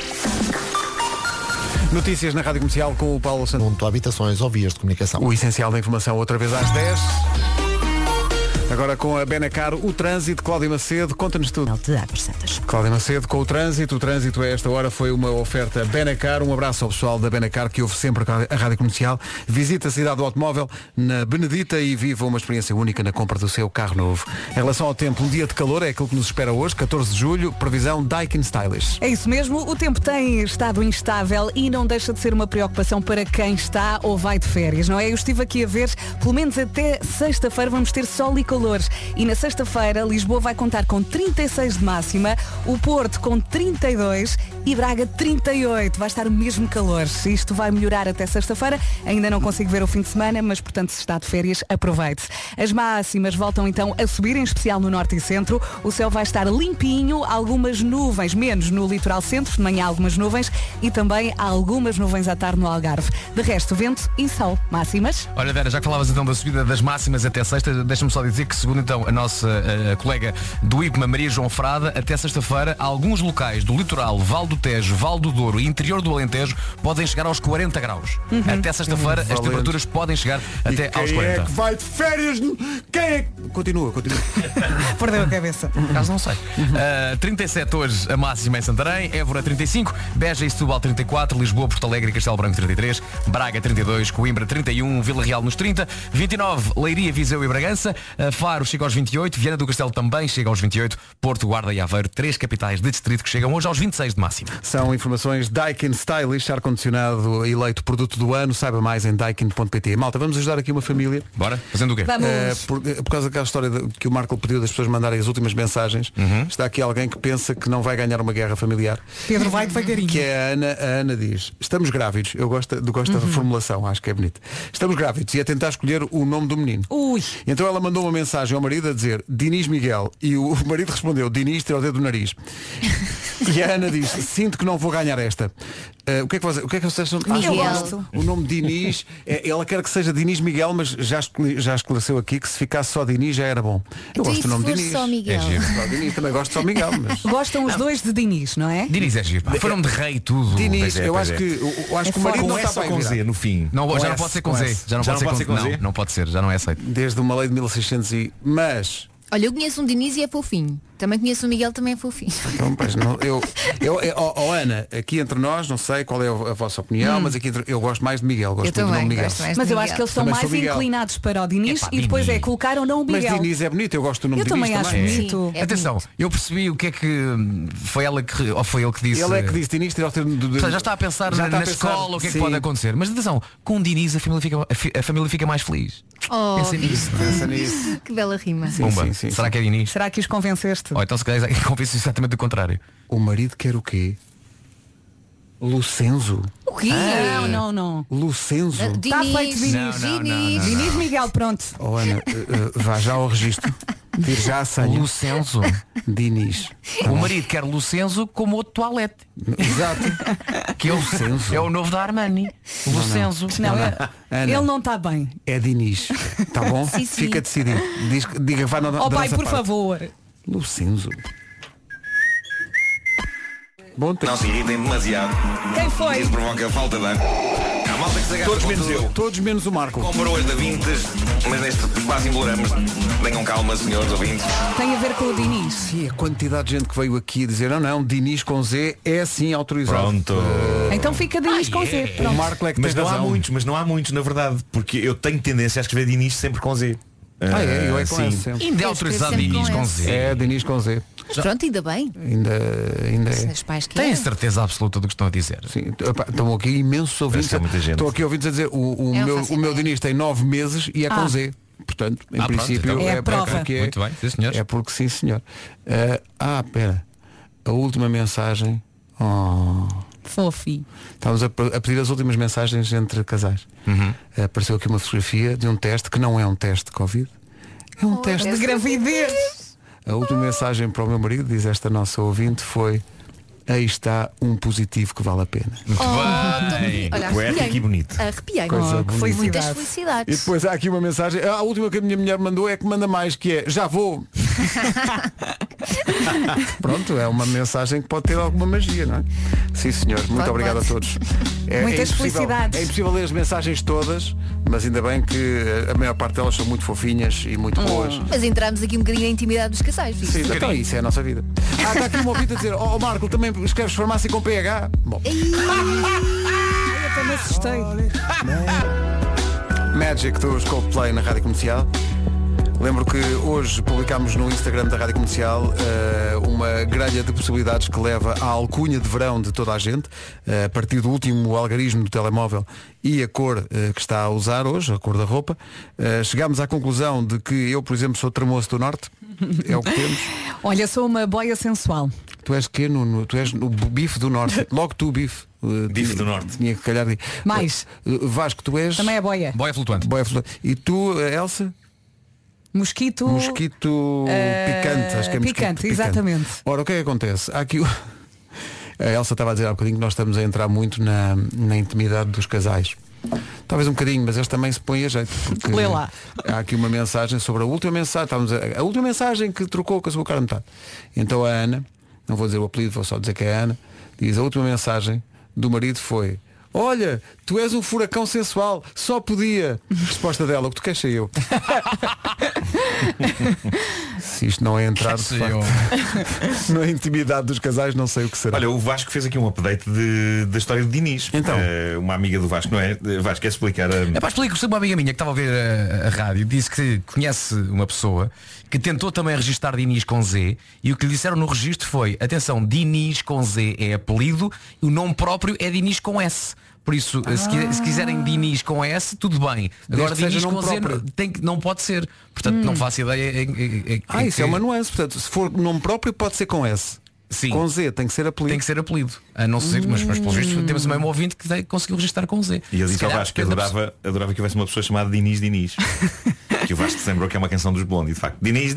Notícias na Rádio Comercial com o Paulo Santos. Junto a habitações ou vias de comunicação. O essencial da informação outra vez às 10. Agora com a Benacar, o trânsito, Cláudia Macedo, conta-nos tudo. De Águas Santas. Cláudia Macedo com o trânsito a esta hora foi uma oferta Benacar. Um abraço ao pessoal da Benacar que ouve sempre a Rádio Comercial. Visita a cidade do automóvel na Benedita e viva uma experiência única na compra do seu carro novo. Em relação ao tempo, um dia de calor é aquilo que nos espera hoje, 14 de julho, previsão Daikin Stylish. É isso mesmo, o tempo tem estado instável e não deixa de ser uma preocupação para quem está ou vai de férias, não é? Eu estive aqui a ver, pelo menos até sexta-feira vamos ter sol e calor. E na sexta-feira Lisboa vai contar com 36 de máxima, o Porto com 32 e Braga 38. Vai estar o mesmo calor. Isto vai melhorar até sexta-feira. Ainda não consigo ver o fim de semana, mas portanto se está de férias, aproveite. As máximas voltam então a subir, em especial no norte e centro. O céu vai estar limpinho, algumas nuvens, menos no litoral centro, de manhã algumas nuvens e também algumas nuvens à tarde no Algarve. De resto, vento e sol. Máximas. Olha, Vera, já que falavas então da subida das máximas até sexta, deixa-me só dizer que, segundo então a nossa colega do IPMA, Maria João Frada, até sexta-feira, alguns locais do litoral, Val do do Tejo, Val do Douro e interior do Alentejo podem chegar aos 40 graus. Até sexta-feira as temperaturas podem chegar até aos 40. Quem é que vai de férias? Quem é que... Continua. Perdeu a cabeça. Caso não sei. 37 hoje a máxima em Santarém, Évora 35, Beja e Setúbal 34, Lisboa, Porto Alegre e Castelo Branco 33, Braga 32, Coimbra 31, Vila Real nos 30, 29, Leiria, Viseu e Bragança, Faro chega aos 28, Viana do Castelo também chega aos 28, Porto, Guarda e Aveiro, 3 capitais de distrito que chegam hoje aos 26 de máxima. São informações Daikin Stylish, ar-condicionado eleito produto do ano, saiba mais em daikin.pt. Malta, vamos ajudar aqui uma família. Bora? Fazendo o quê? Por causa daquela história que o Marco pediu das pessoas mandarem as últimas mensagens, está aqui alguém que pensa que não vai ganhar uma guerra familiar. Pedro vai devagarinho. Que é a Ana diz, estamos grávidos, eu gosto da formulação, acho que é bonito. Estamos grávidos e a tentar escolher o nome do menino. Ui. Então ela mandou uma mensagem ao marido a dizer Dinis Miguel e o marido respondeu Dinis tira o dedo do nariz. E a Ana diz, sinto que não vou ganhar esta. O que é que vocês acham? O nome Dinis, ela quer que seja Dinis Miguel, mas já esclareceu aqui que se ficasse só Dinis já era bom. Eu gosto do nome Dinis. Só Miguel. Só Dinis, também gosto só Miguel. Mas... Gostam os dois de Dinis, não é? Dinis é giro. Foi nome de rei e tudo. Dinis, eu acho que o marido não está bem com Z no fim. Não, já não pode ser com Z. Já não pode ser com Z. Não pode ser, já não é aceito. Desde uma lei de 1600 e... Mas... Olha, eu conheço um Diniz e é fofinho. Também conheço o Miguel, também é fofinho. Então, pois, não, Ana, aqui entre nós, não sei qual é a vossa opinião, mas aqui eu gosto mais de Miguel, gosto muito do nome Miguel. Mas eu acho que eles são mais inclinados para o Diniz e depois colocaram o nome Miguel. Mas Diniz é bonito, eu gosto do nome de Diniz também. Acho bonito. É atenção, bonito. Eu percebi o que é que foi ela que, ou foi ele que disse. Ele é que disse Diniz, já está a pensar na escola o que é que pode acontecer. Mas atenção, com o Diniz a família fica mais feliz. Oh, pensa nisso. Que bela rima. Sim. Será que é Diniz? Será que os convenceste? Ou então se calhar convence exatamente o contrário. O marido quer o quê? Lucenzo. O quê? Não. Lucenzo. Está feito Diniz. Diniz Miguel, pronto. Oh, Ana, vá já ao registro. Tire já a senha. Lucenzo. Diniz. O marido quer Lucenzo como outro toalete. Exato. Que é o novo da Armani. Lucenzo. Ana, ele não está bem. É Diniz. Está bom? Sim. Fica decidido. Diga que vai na Oh pai, por parte. favor. Lucenzo. Bom tempo. Não se irritem demasiado. Quem foi? Isso provoca falta de ar. Há malta que se agarra Todos com menos tudo. eu. Todos menos o Marco. Comprou hoje da Vintes, mas neste quase imploramos. Tenham calma, senhores ouvintes. Tem a ver com o Diniz. Sim, a quantidade de gente que veio aqui a dizer não, Diniz com Z é assim autorizado. Pronto. Então fica Diniz com Z. O Marco é que mas tem não razão. mas não há muitos, na verdade. Porque eu tenho tendência a escrever Diniz sempre com Z. Eu é com sim. S sempre. Ainda é autorizado Diniz com Z. É Diniz com Z. Mas pronto, ainda bem. Ainda é. Os pais Tem certeza absoluta do que estão a dizer. Sim, estão aqui imensos ouvintes. Estão aqui ouvintes a dizer o meu Diniz tem 9 meses e é com Z. Portanto, em princípio pronto, então. é a prova. Porque Muito bem, sim, senhor. É porque sim, senhor. Espera. A última mensagem. Fofi. Estávamos a pedir as últimas mensagens entre casais. Apareceu aqui uma fotografia de um teste que não é um teste de Covid. É um teste de gravidez. A última mensagem para o meu marido, diz esta nossa ouvinte, foi: aí está um positivo que vale a pena. Muito bem. Olha, Poético e bonito. Arrepiei. Coisa bonita. Muitas Felicidade. E felicidades. depois há aqui uma mensagem. A última que a minha mulher mandou é que manda mais, que é: já vou. Pronto, é uma mensagem que pode ter alguma magia, não é? Sim, senhor. Muito obrigado a todos. Muitas felicidades. É impossível ler as mensagens todas, mas ainda bem que a maior parte delas são muito fofinhas e muito boas. Mas entramos aqui um bocadinho na intimidade dos casais. Sim, então isso é a nossa vida. Está aqui uma ouvinte a dizer: Marco, também escreves farmácia com PH? Bom. Eu até me assustei. Magic dos Coldplay na Rádio Comercial. Lembro que hoje publicámos no Instagram da Rádio Comercial uma grelha de possibilidades que leva à alcunha de verão de toda a gente, a partir do último algarismo do telemóvel e a cor que está a usar hoje, a cor da roupa. Chegámos à conclusão de que eu, por exemplo, sou tremoço do Norte. É o que temos. Olha, sou uma boia sensual. Tu és que tu és o bife do Norte. Logo tu, bife. Bife do Norte. Tinha que calhar. Mais. Vasco, tu és. Também é boia. Boia flutuante. Boia flutuante. E tu, Elsa? Mosquito picante, acho que é picante, mosquito exatamente. Ora, o que é que acontece? Há aqui a Elsa estava a dizer há bocadinho que nós estamos a entrar muito na intimidade dos casais. Talvez um bocadinho, mas eles também se põem a jeito. Lê lá. Há aqui uma mensagem sobre a última mensagem. A última mensagem que trocou com a sua cara metade. Então a Ana, não vou dizer o apelido, vou só dizer que é a Ana, Diz, a última mensagem do marido foi: olha, tu és um furacão sensual, só podia. Resposta dela: o que tu queres ser eu. Se isto não é entrar de facto na intimidade dos casais, não sei o que será. Olha, o Vasco fez aqui um update da história de Dinis. Então, uma amiga do Vasco, não é? Vasco, quer explicar? Explico, uma amiga minha que estava a ver a rádio, disse que conhece uma pessoa que tentou também registar Dinis com Z, e o que lhe disseram no registro foi: atenção, Dinis com Z é apelido e o nome próprio é Dinis com S. Por isso, se quiserem Dinis com S, tudo bem. Agora Dinis com Z não pode ser. Portanto, não faço ideia. Isso é uma nuance. Portanto, se for nome próprio, pode ser com S. Sim. Com Z tem que ser apelido. Tem que ser apelido. A não ser, mas pelo visto temos também um ouvinte que conseguiu registrar com Z. E eu disse ao Vasco que adorava que houvesse uma pessoa chamada Dinis. Que o Vasco se lembrou que é uma canção dos Blonde. E de facto, Dinis.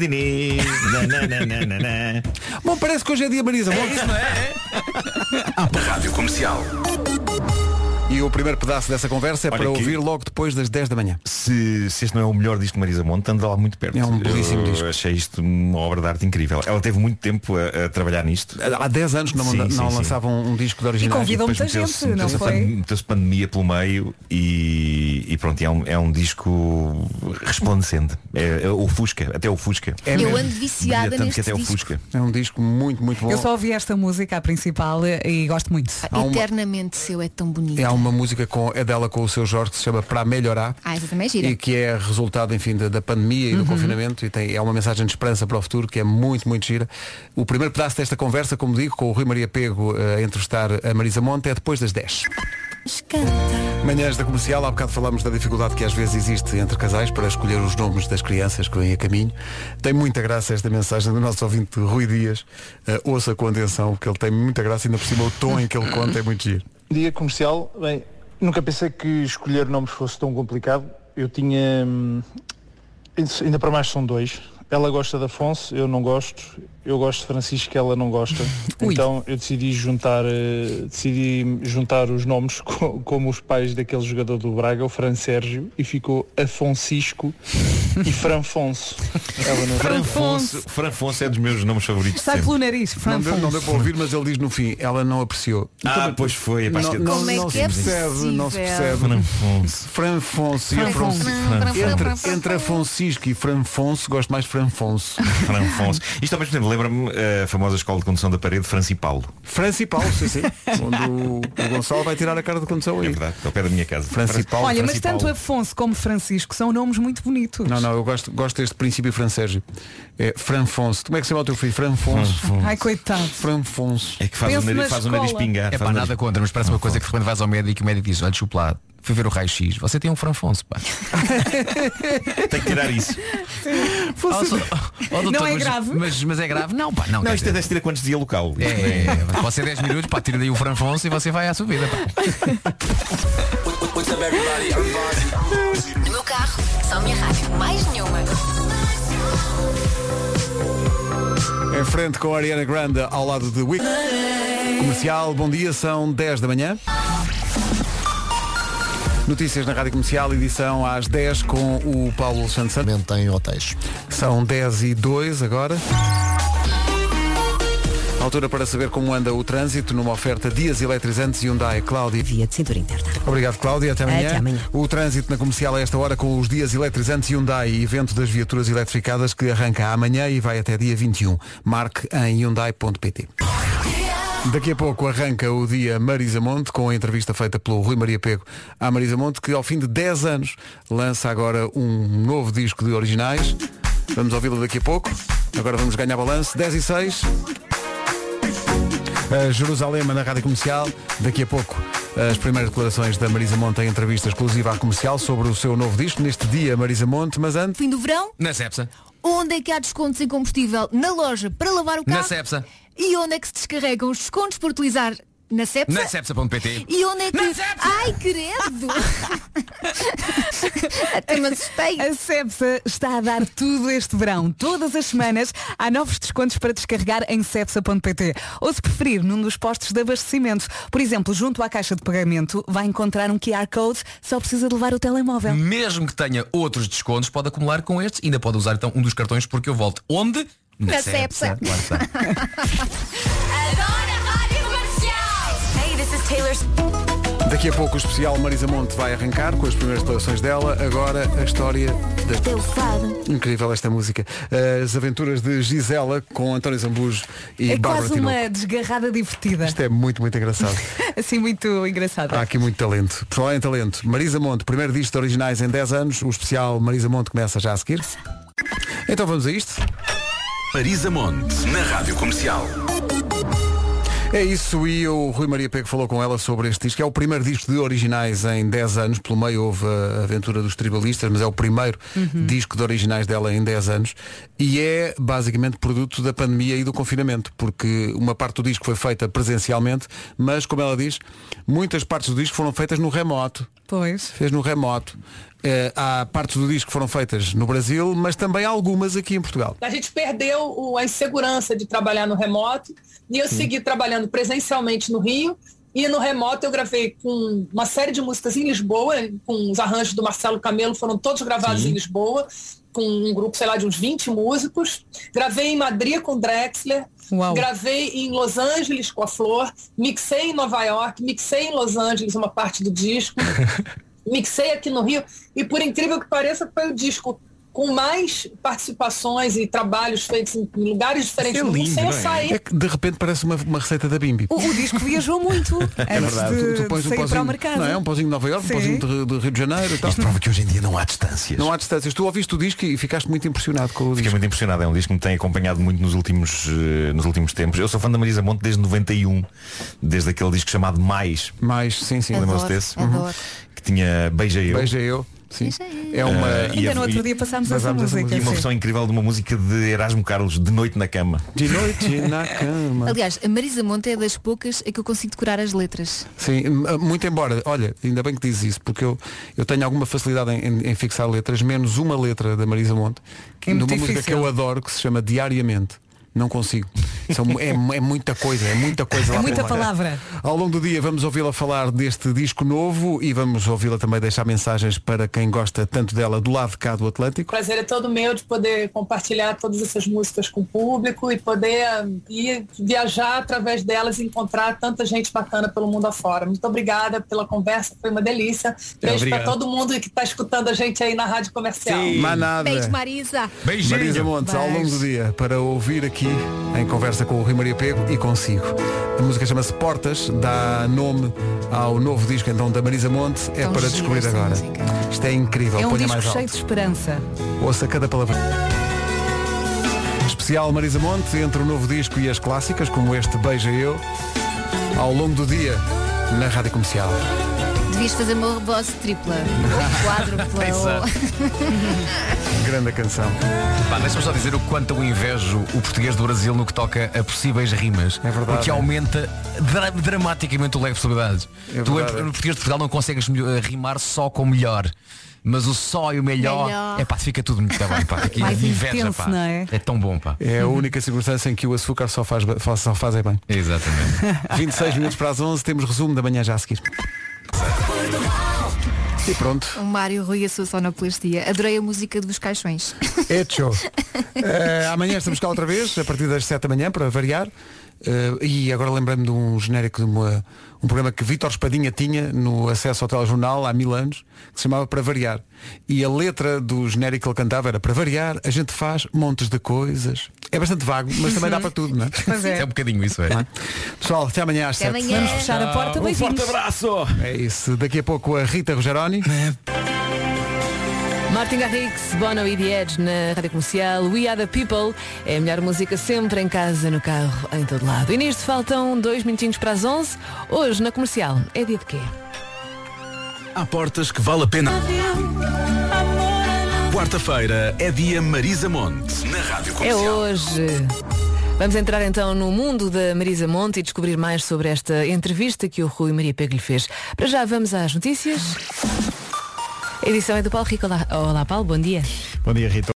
Bom, parece que hoje é dia Marisa Monte. Isso não é? Rádio Comercial. E o primeiro pedaço dessa conversa é para ouvir logo depois das 10 da manhã. Se este não é o melhor disco de Marisa Monte, anda lá muito perto. É um belíssimo disco. Achei isto uma obra de arte incrível. Ela teve muito tempo a trabalhar nisto. Há 10 anos que não lançavam um disco de original. E convidou muita gente, não foi? Meteu-se pandemia pelo meio e pronto, é um disco resplandecente. É o Fusca, até o Fusca. Eu ando viciada neste até disco. O Fusca. É um disco muito, muito bom. Eu só ouvi esta música, a principal, e gosto muito. Eternamente Seu é tão bonito. Há uma música dela com o seu Jorge que se chama Para Melhorar. Essa também é gira. E que é resultado, enfim, da pandemia e do confinamento, e é uma mensagem de esperança para o futuro que é muito, muito gira. O primeiro pedaço desta conversa, como digo, com o Rui Maria Pego a entrevistar a Marisa Monte, é depois das 10. Manhãs da Comercial, há bocado falámos da dificuldade que às vezes existe entre casais para escolher os nomes das crianças que vêm a caminho. Tem muita graça esta mensagem do nosso ouvinte Rui Dias. Ouça com atenção, porque ele tem muita graça, ainda por cima o tom em que ele conta é muito giro. Dia Comercial, bem, nunca pensei que escolher nomes fosse tão complicado. Eu tinha, ainda para mais são dois. Ela gosta de Afonso, eu não gosto. Eu gosto de Francisco, ela não gosta. Então eu decidi juntar os nomes como os pais daquele jogador do Braga, o Fran Sérgio, e ficou Afoncisco e Franfonso. Franfonso é dos meus nomes favoritos. Sai pelo nariz, Franfonso. Não deu para ouvir, mas ele diz no fim, ela não apreciou. Pois foi. Não se percebe. Franfonso e Afonso. Entre Afoncisco e Franfonso, gosto mais de Franfonso. Isto ao mesmo tempo lembra-me a famosa escola de condução da parede, Franci Paulo. Franci Paulo, sim. Onde o Gonçalo vai tirar a cara de condução aí. É verdade, ao pé da minha casa. Franci Paulo. Olha, Franci mas tanto Paulo. Afonso como Francisco são nomes muito bonitos. Não, eu gosto deste princípio Fran Sérgio. É Franfonso. Como é que se chama o teu filho? Franfonso. Ai, coitado. Franfonso. É que faz o nariz pingar. É para nada contra, mas parece uma coisa que de repente vais ao médico e o médico diz: olha, chupelado, fui ver o raio-x, você tem um Franfonso, pá. Tem que tirar isso. Doutor, não é grave? Mas é grave? Não, pá, não. Não, isto é 10 tira quantos dialocal. Pode ser 10 minutos, pá, tira daí o Franfonso e você vai à sua vida, pá. No meu carro, só a minha rádio, mais nenhuma. Em frente com a Ariana Grande ao lado de Wick. Comercial, bom dia, são 10 da manhã. Notícias na Rádio Comercial, edição às 10 com o Paulo Santos. Em hotéis. São 10:02 agora. Altura para saber como anda o trânsito numa oferta Dias Eletrizantes Hyundai. Cláudia. Via de cintura interna. Obrigado, Cláudia. Até amanhã. Até amanhã. O trânsito na Comercial a esta hora com os Dias Eletrizantes Hyundai, evento das viaturas eletrificadas que arranca amanhã e vai até dia 21. Marque em hyundai.pt. Daqui a pouco arranca o dia Marisa Monte, com a entrevista feita pelo Rui Maria Pego à Marisa Monte, que ao fim de 10 anos lança agora um novo disco de originais. Vamos ouvi-lo daqui a pouco. Agora vamos ganhar balanço. 10:06. A Jerusalém na Rádio Comercial. Daqui a pouco as primeiras declarações da Marisa Monte em entrevista exclusiva à Comercial sobre o seu novo disco. Neste dia, Marisa Monte, mas antes... Fim do verão? Na Cepsa. Onde é que há descontos em combustível? Na loja para lavar o carro? Na Cepsa. E onde é que se descarregam os descontos por utilizar? Na Cepsa? Na Cepsa.pt. E onde é que... Ai, credo! Até me assustei. A Cepsa está a dar tudo este verão. Todas as semanas há novos descontos para descarregar em cepsa.pt. Ou se preferir, num dos postos de abastecimento. Por exemplo, junto à caixa de pagamento, vai encontrar um QR Code, só precisa de levar o telemóvel. Mesmo que tenha outros descontos, pode acumular com estes. Ainda pode usar então um dos cartões porque eu volto. Onde? Na Cepsa. Claro está. Adoro a Rádio Comercial. this is Taylor. Daqui a pouco o especial Marisa Monte vai arrancar com as primeiras declarações dela. Agora a história da... Incrível esta música. As aventuras de Gisela com António Zambujo e Bárbara quase Tinoco. uma desgarrada divertida. Isto é muito, muito engraçado. Assim, muito engraçado. Há aqui muito talento. Por falar em talento, Marisa Monte, primeiro disco de originais em 10 anos. O especial Marisa Monte começa já a seguir. Então vamos a isto. Marisa Monte, na Rádio Comercial. É isso, e o Rui Maria Pego falou com ela sobre este disco. É o primeiro disco de originais em 10 anos. Pelo meio houve a aventura dos tribalistas, mas é o primeiro disco de originais dela em 10 anos. E é basicamente produto da pandemia e do confinamento, porque uma parte do disco foi feita presencialmente, mas, como ela diz, muitas partes do disco foram feitas no remoto. Pois. Fez no remoto. Há partes do disco que foram feitas no Brasil, mas também algumas aqui em Portugal. A gente perdeu a insegurança de trabalhar no remoto e eu segui trabalhando presencialmente no Rio, e no remoto eu gravei com uma série de músicas em Lisboa, com os arranjos do Marcelo Camelo, foram todos gravados em Lisboa, com um grupo, sei lá, de uns 20 músicos. Gravei em Madrid com Drexler, gravei em Los Angeles com a Flor, mixei em Nova York, mixei em Los Angeles uma parte do disco. Mixei aqui no Rio e, por incrível que pareça, foi o disco com mais participações e trabalhos feitos em lugares diferentes do mundo, sem eu sair. É que de repente parece uma receita da Bimbi. O disco viajou muito É verdade. antes Tu pões de sair para o mercado. Não é? Um pauzinho de Nova Iorque, um Sim. pauzinho de Rio de Janeiro e tal. Isto prova que hoje em dia não há distâncias. Não há distâncias. Tu ouviste o disco e ficaste muito impressionado com o disco. Fiquei muito impressionado. É um disco que me tem acompanhado muito nos últimos tempos. Eu sou fã da Marisa Monte desde 91, desde aquele disco chamado Mais. Mais, sim, sim. Lembram-se desse? Que tinha Beija Eu. Beija Eu. Sim. É uma... Ainda no outro dia passámos essa música. E uma versão incrível de uma música de Erasmo Carlos, De Noite na Cama. De Noite na Cama. Aliás, a Marisa Monte é das poucas a que eu consigo decorar as letras. Sim, muito embora, olha, ainda bem que dizes isso, porque eu tenho alguma facilidade em fixar letras, menos uma letra da Marisa Monte, que é numa muito música difícil. que eu adoro, que se chama Diariamente. Não consigo. É muita coisa, é muita coisa. É lá muita por lá. palavra. Ao longo do dia vamos ouvi-la falar deste disco novo e vamos ouvi-la também deixar mensagens para quem gosta tanto dela do lado de cá do Atlântico. O prazer é todo meu de poder compartilhar todas essas músicas com o público e poder ir viajar através delas e encontrar tanta gente bacana pelo mundo afora. Muito obrigada pela conversa, foi uma delícia. Beijo para todo mundo que está escutando a gente aí na Rádio Comercial. Mas nada. Beijo, Marisa. Beijinho. Marisa Montes, ao longo do dia, para ouvir aqui em conversa com o Rui Maria Pego e consigo. A música chama-se Portas, dá nome ao novo disco então da Marisa Monte. É Tão para gira descobrir esta agora. música. Isto é incrível. É um Ponha disco mais cheio alto. de esperança. Ouça cada palavra. Especial Marisa Monte, entre o novo disco e as clássicas, como este Beija Eu, ao longo do dia, na Rádio Comercial. Devias fazer uma rebose tripla. Ou quádrupla. Grande canção. Pá, deixa-me só dizer o quanto eu invejo o português do Brasil no que toca a possíveis rimas. É verdade. Porque aumenta dramaticamente o leque de possibilidades. É Tu verdade. no português de Portugal não consegues rimar só com melhor. Mas o só e o melhor. É pá, fica tudo muito bem, pá. Aqui Mais inveja, intenso, pá. não é? É tão bom, pá. É a única circunstância em que o açúcar só faz bem. Exatamente. 26 minutos para as 11, temos resumo da manhã já a seguir. E pronto. O Mário Rui a sua sonoplastia. Adorei a música dos caixões. Hecho. Amanhã estamos cá outra vez, a partir das 7 da manhã, para variar. E agora lembrei-me de um genérico de um programa que Vítor Espadinha tinha no acesso ao telejornal há 1000 anos, que se chamava Para Variar. E a letra do genérico que ele cantava era: para variar, a gente faz montes de coisas. É bastante vago, mas também dá para tudo, não é? Pois é. É um bocadinho isso, é. Não é? Pessoal, até amanhã às Até 7. amanhã. Vamos fechar a porta. Um Beijinhos. forte abraço! É isso. Daqui a pouco a Rita Rogeroni. Martin Garrix, Bono e The Edge na Rádio Comercial. We Are The People é a melhor música sempre, em casa, no carro, em todo lado. E nisto faltam 2 minutinhos para as 11. Hoje na Comercial é dia de quê? Há portas que vale a pena. Quarta-feira é dia Marisa Monte, na Rádio É Comercial. hoje. Vamos entrar então no mundo da Marisa Monte e descobrir mais sobre esta entrevista que o Rui Maria Pego lhe fez. Para já vamos às notícias. A edição é do Paulo Rico. Olá Paulo, bom dia. Bom dia, Rita.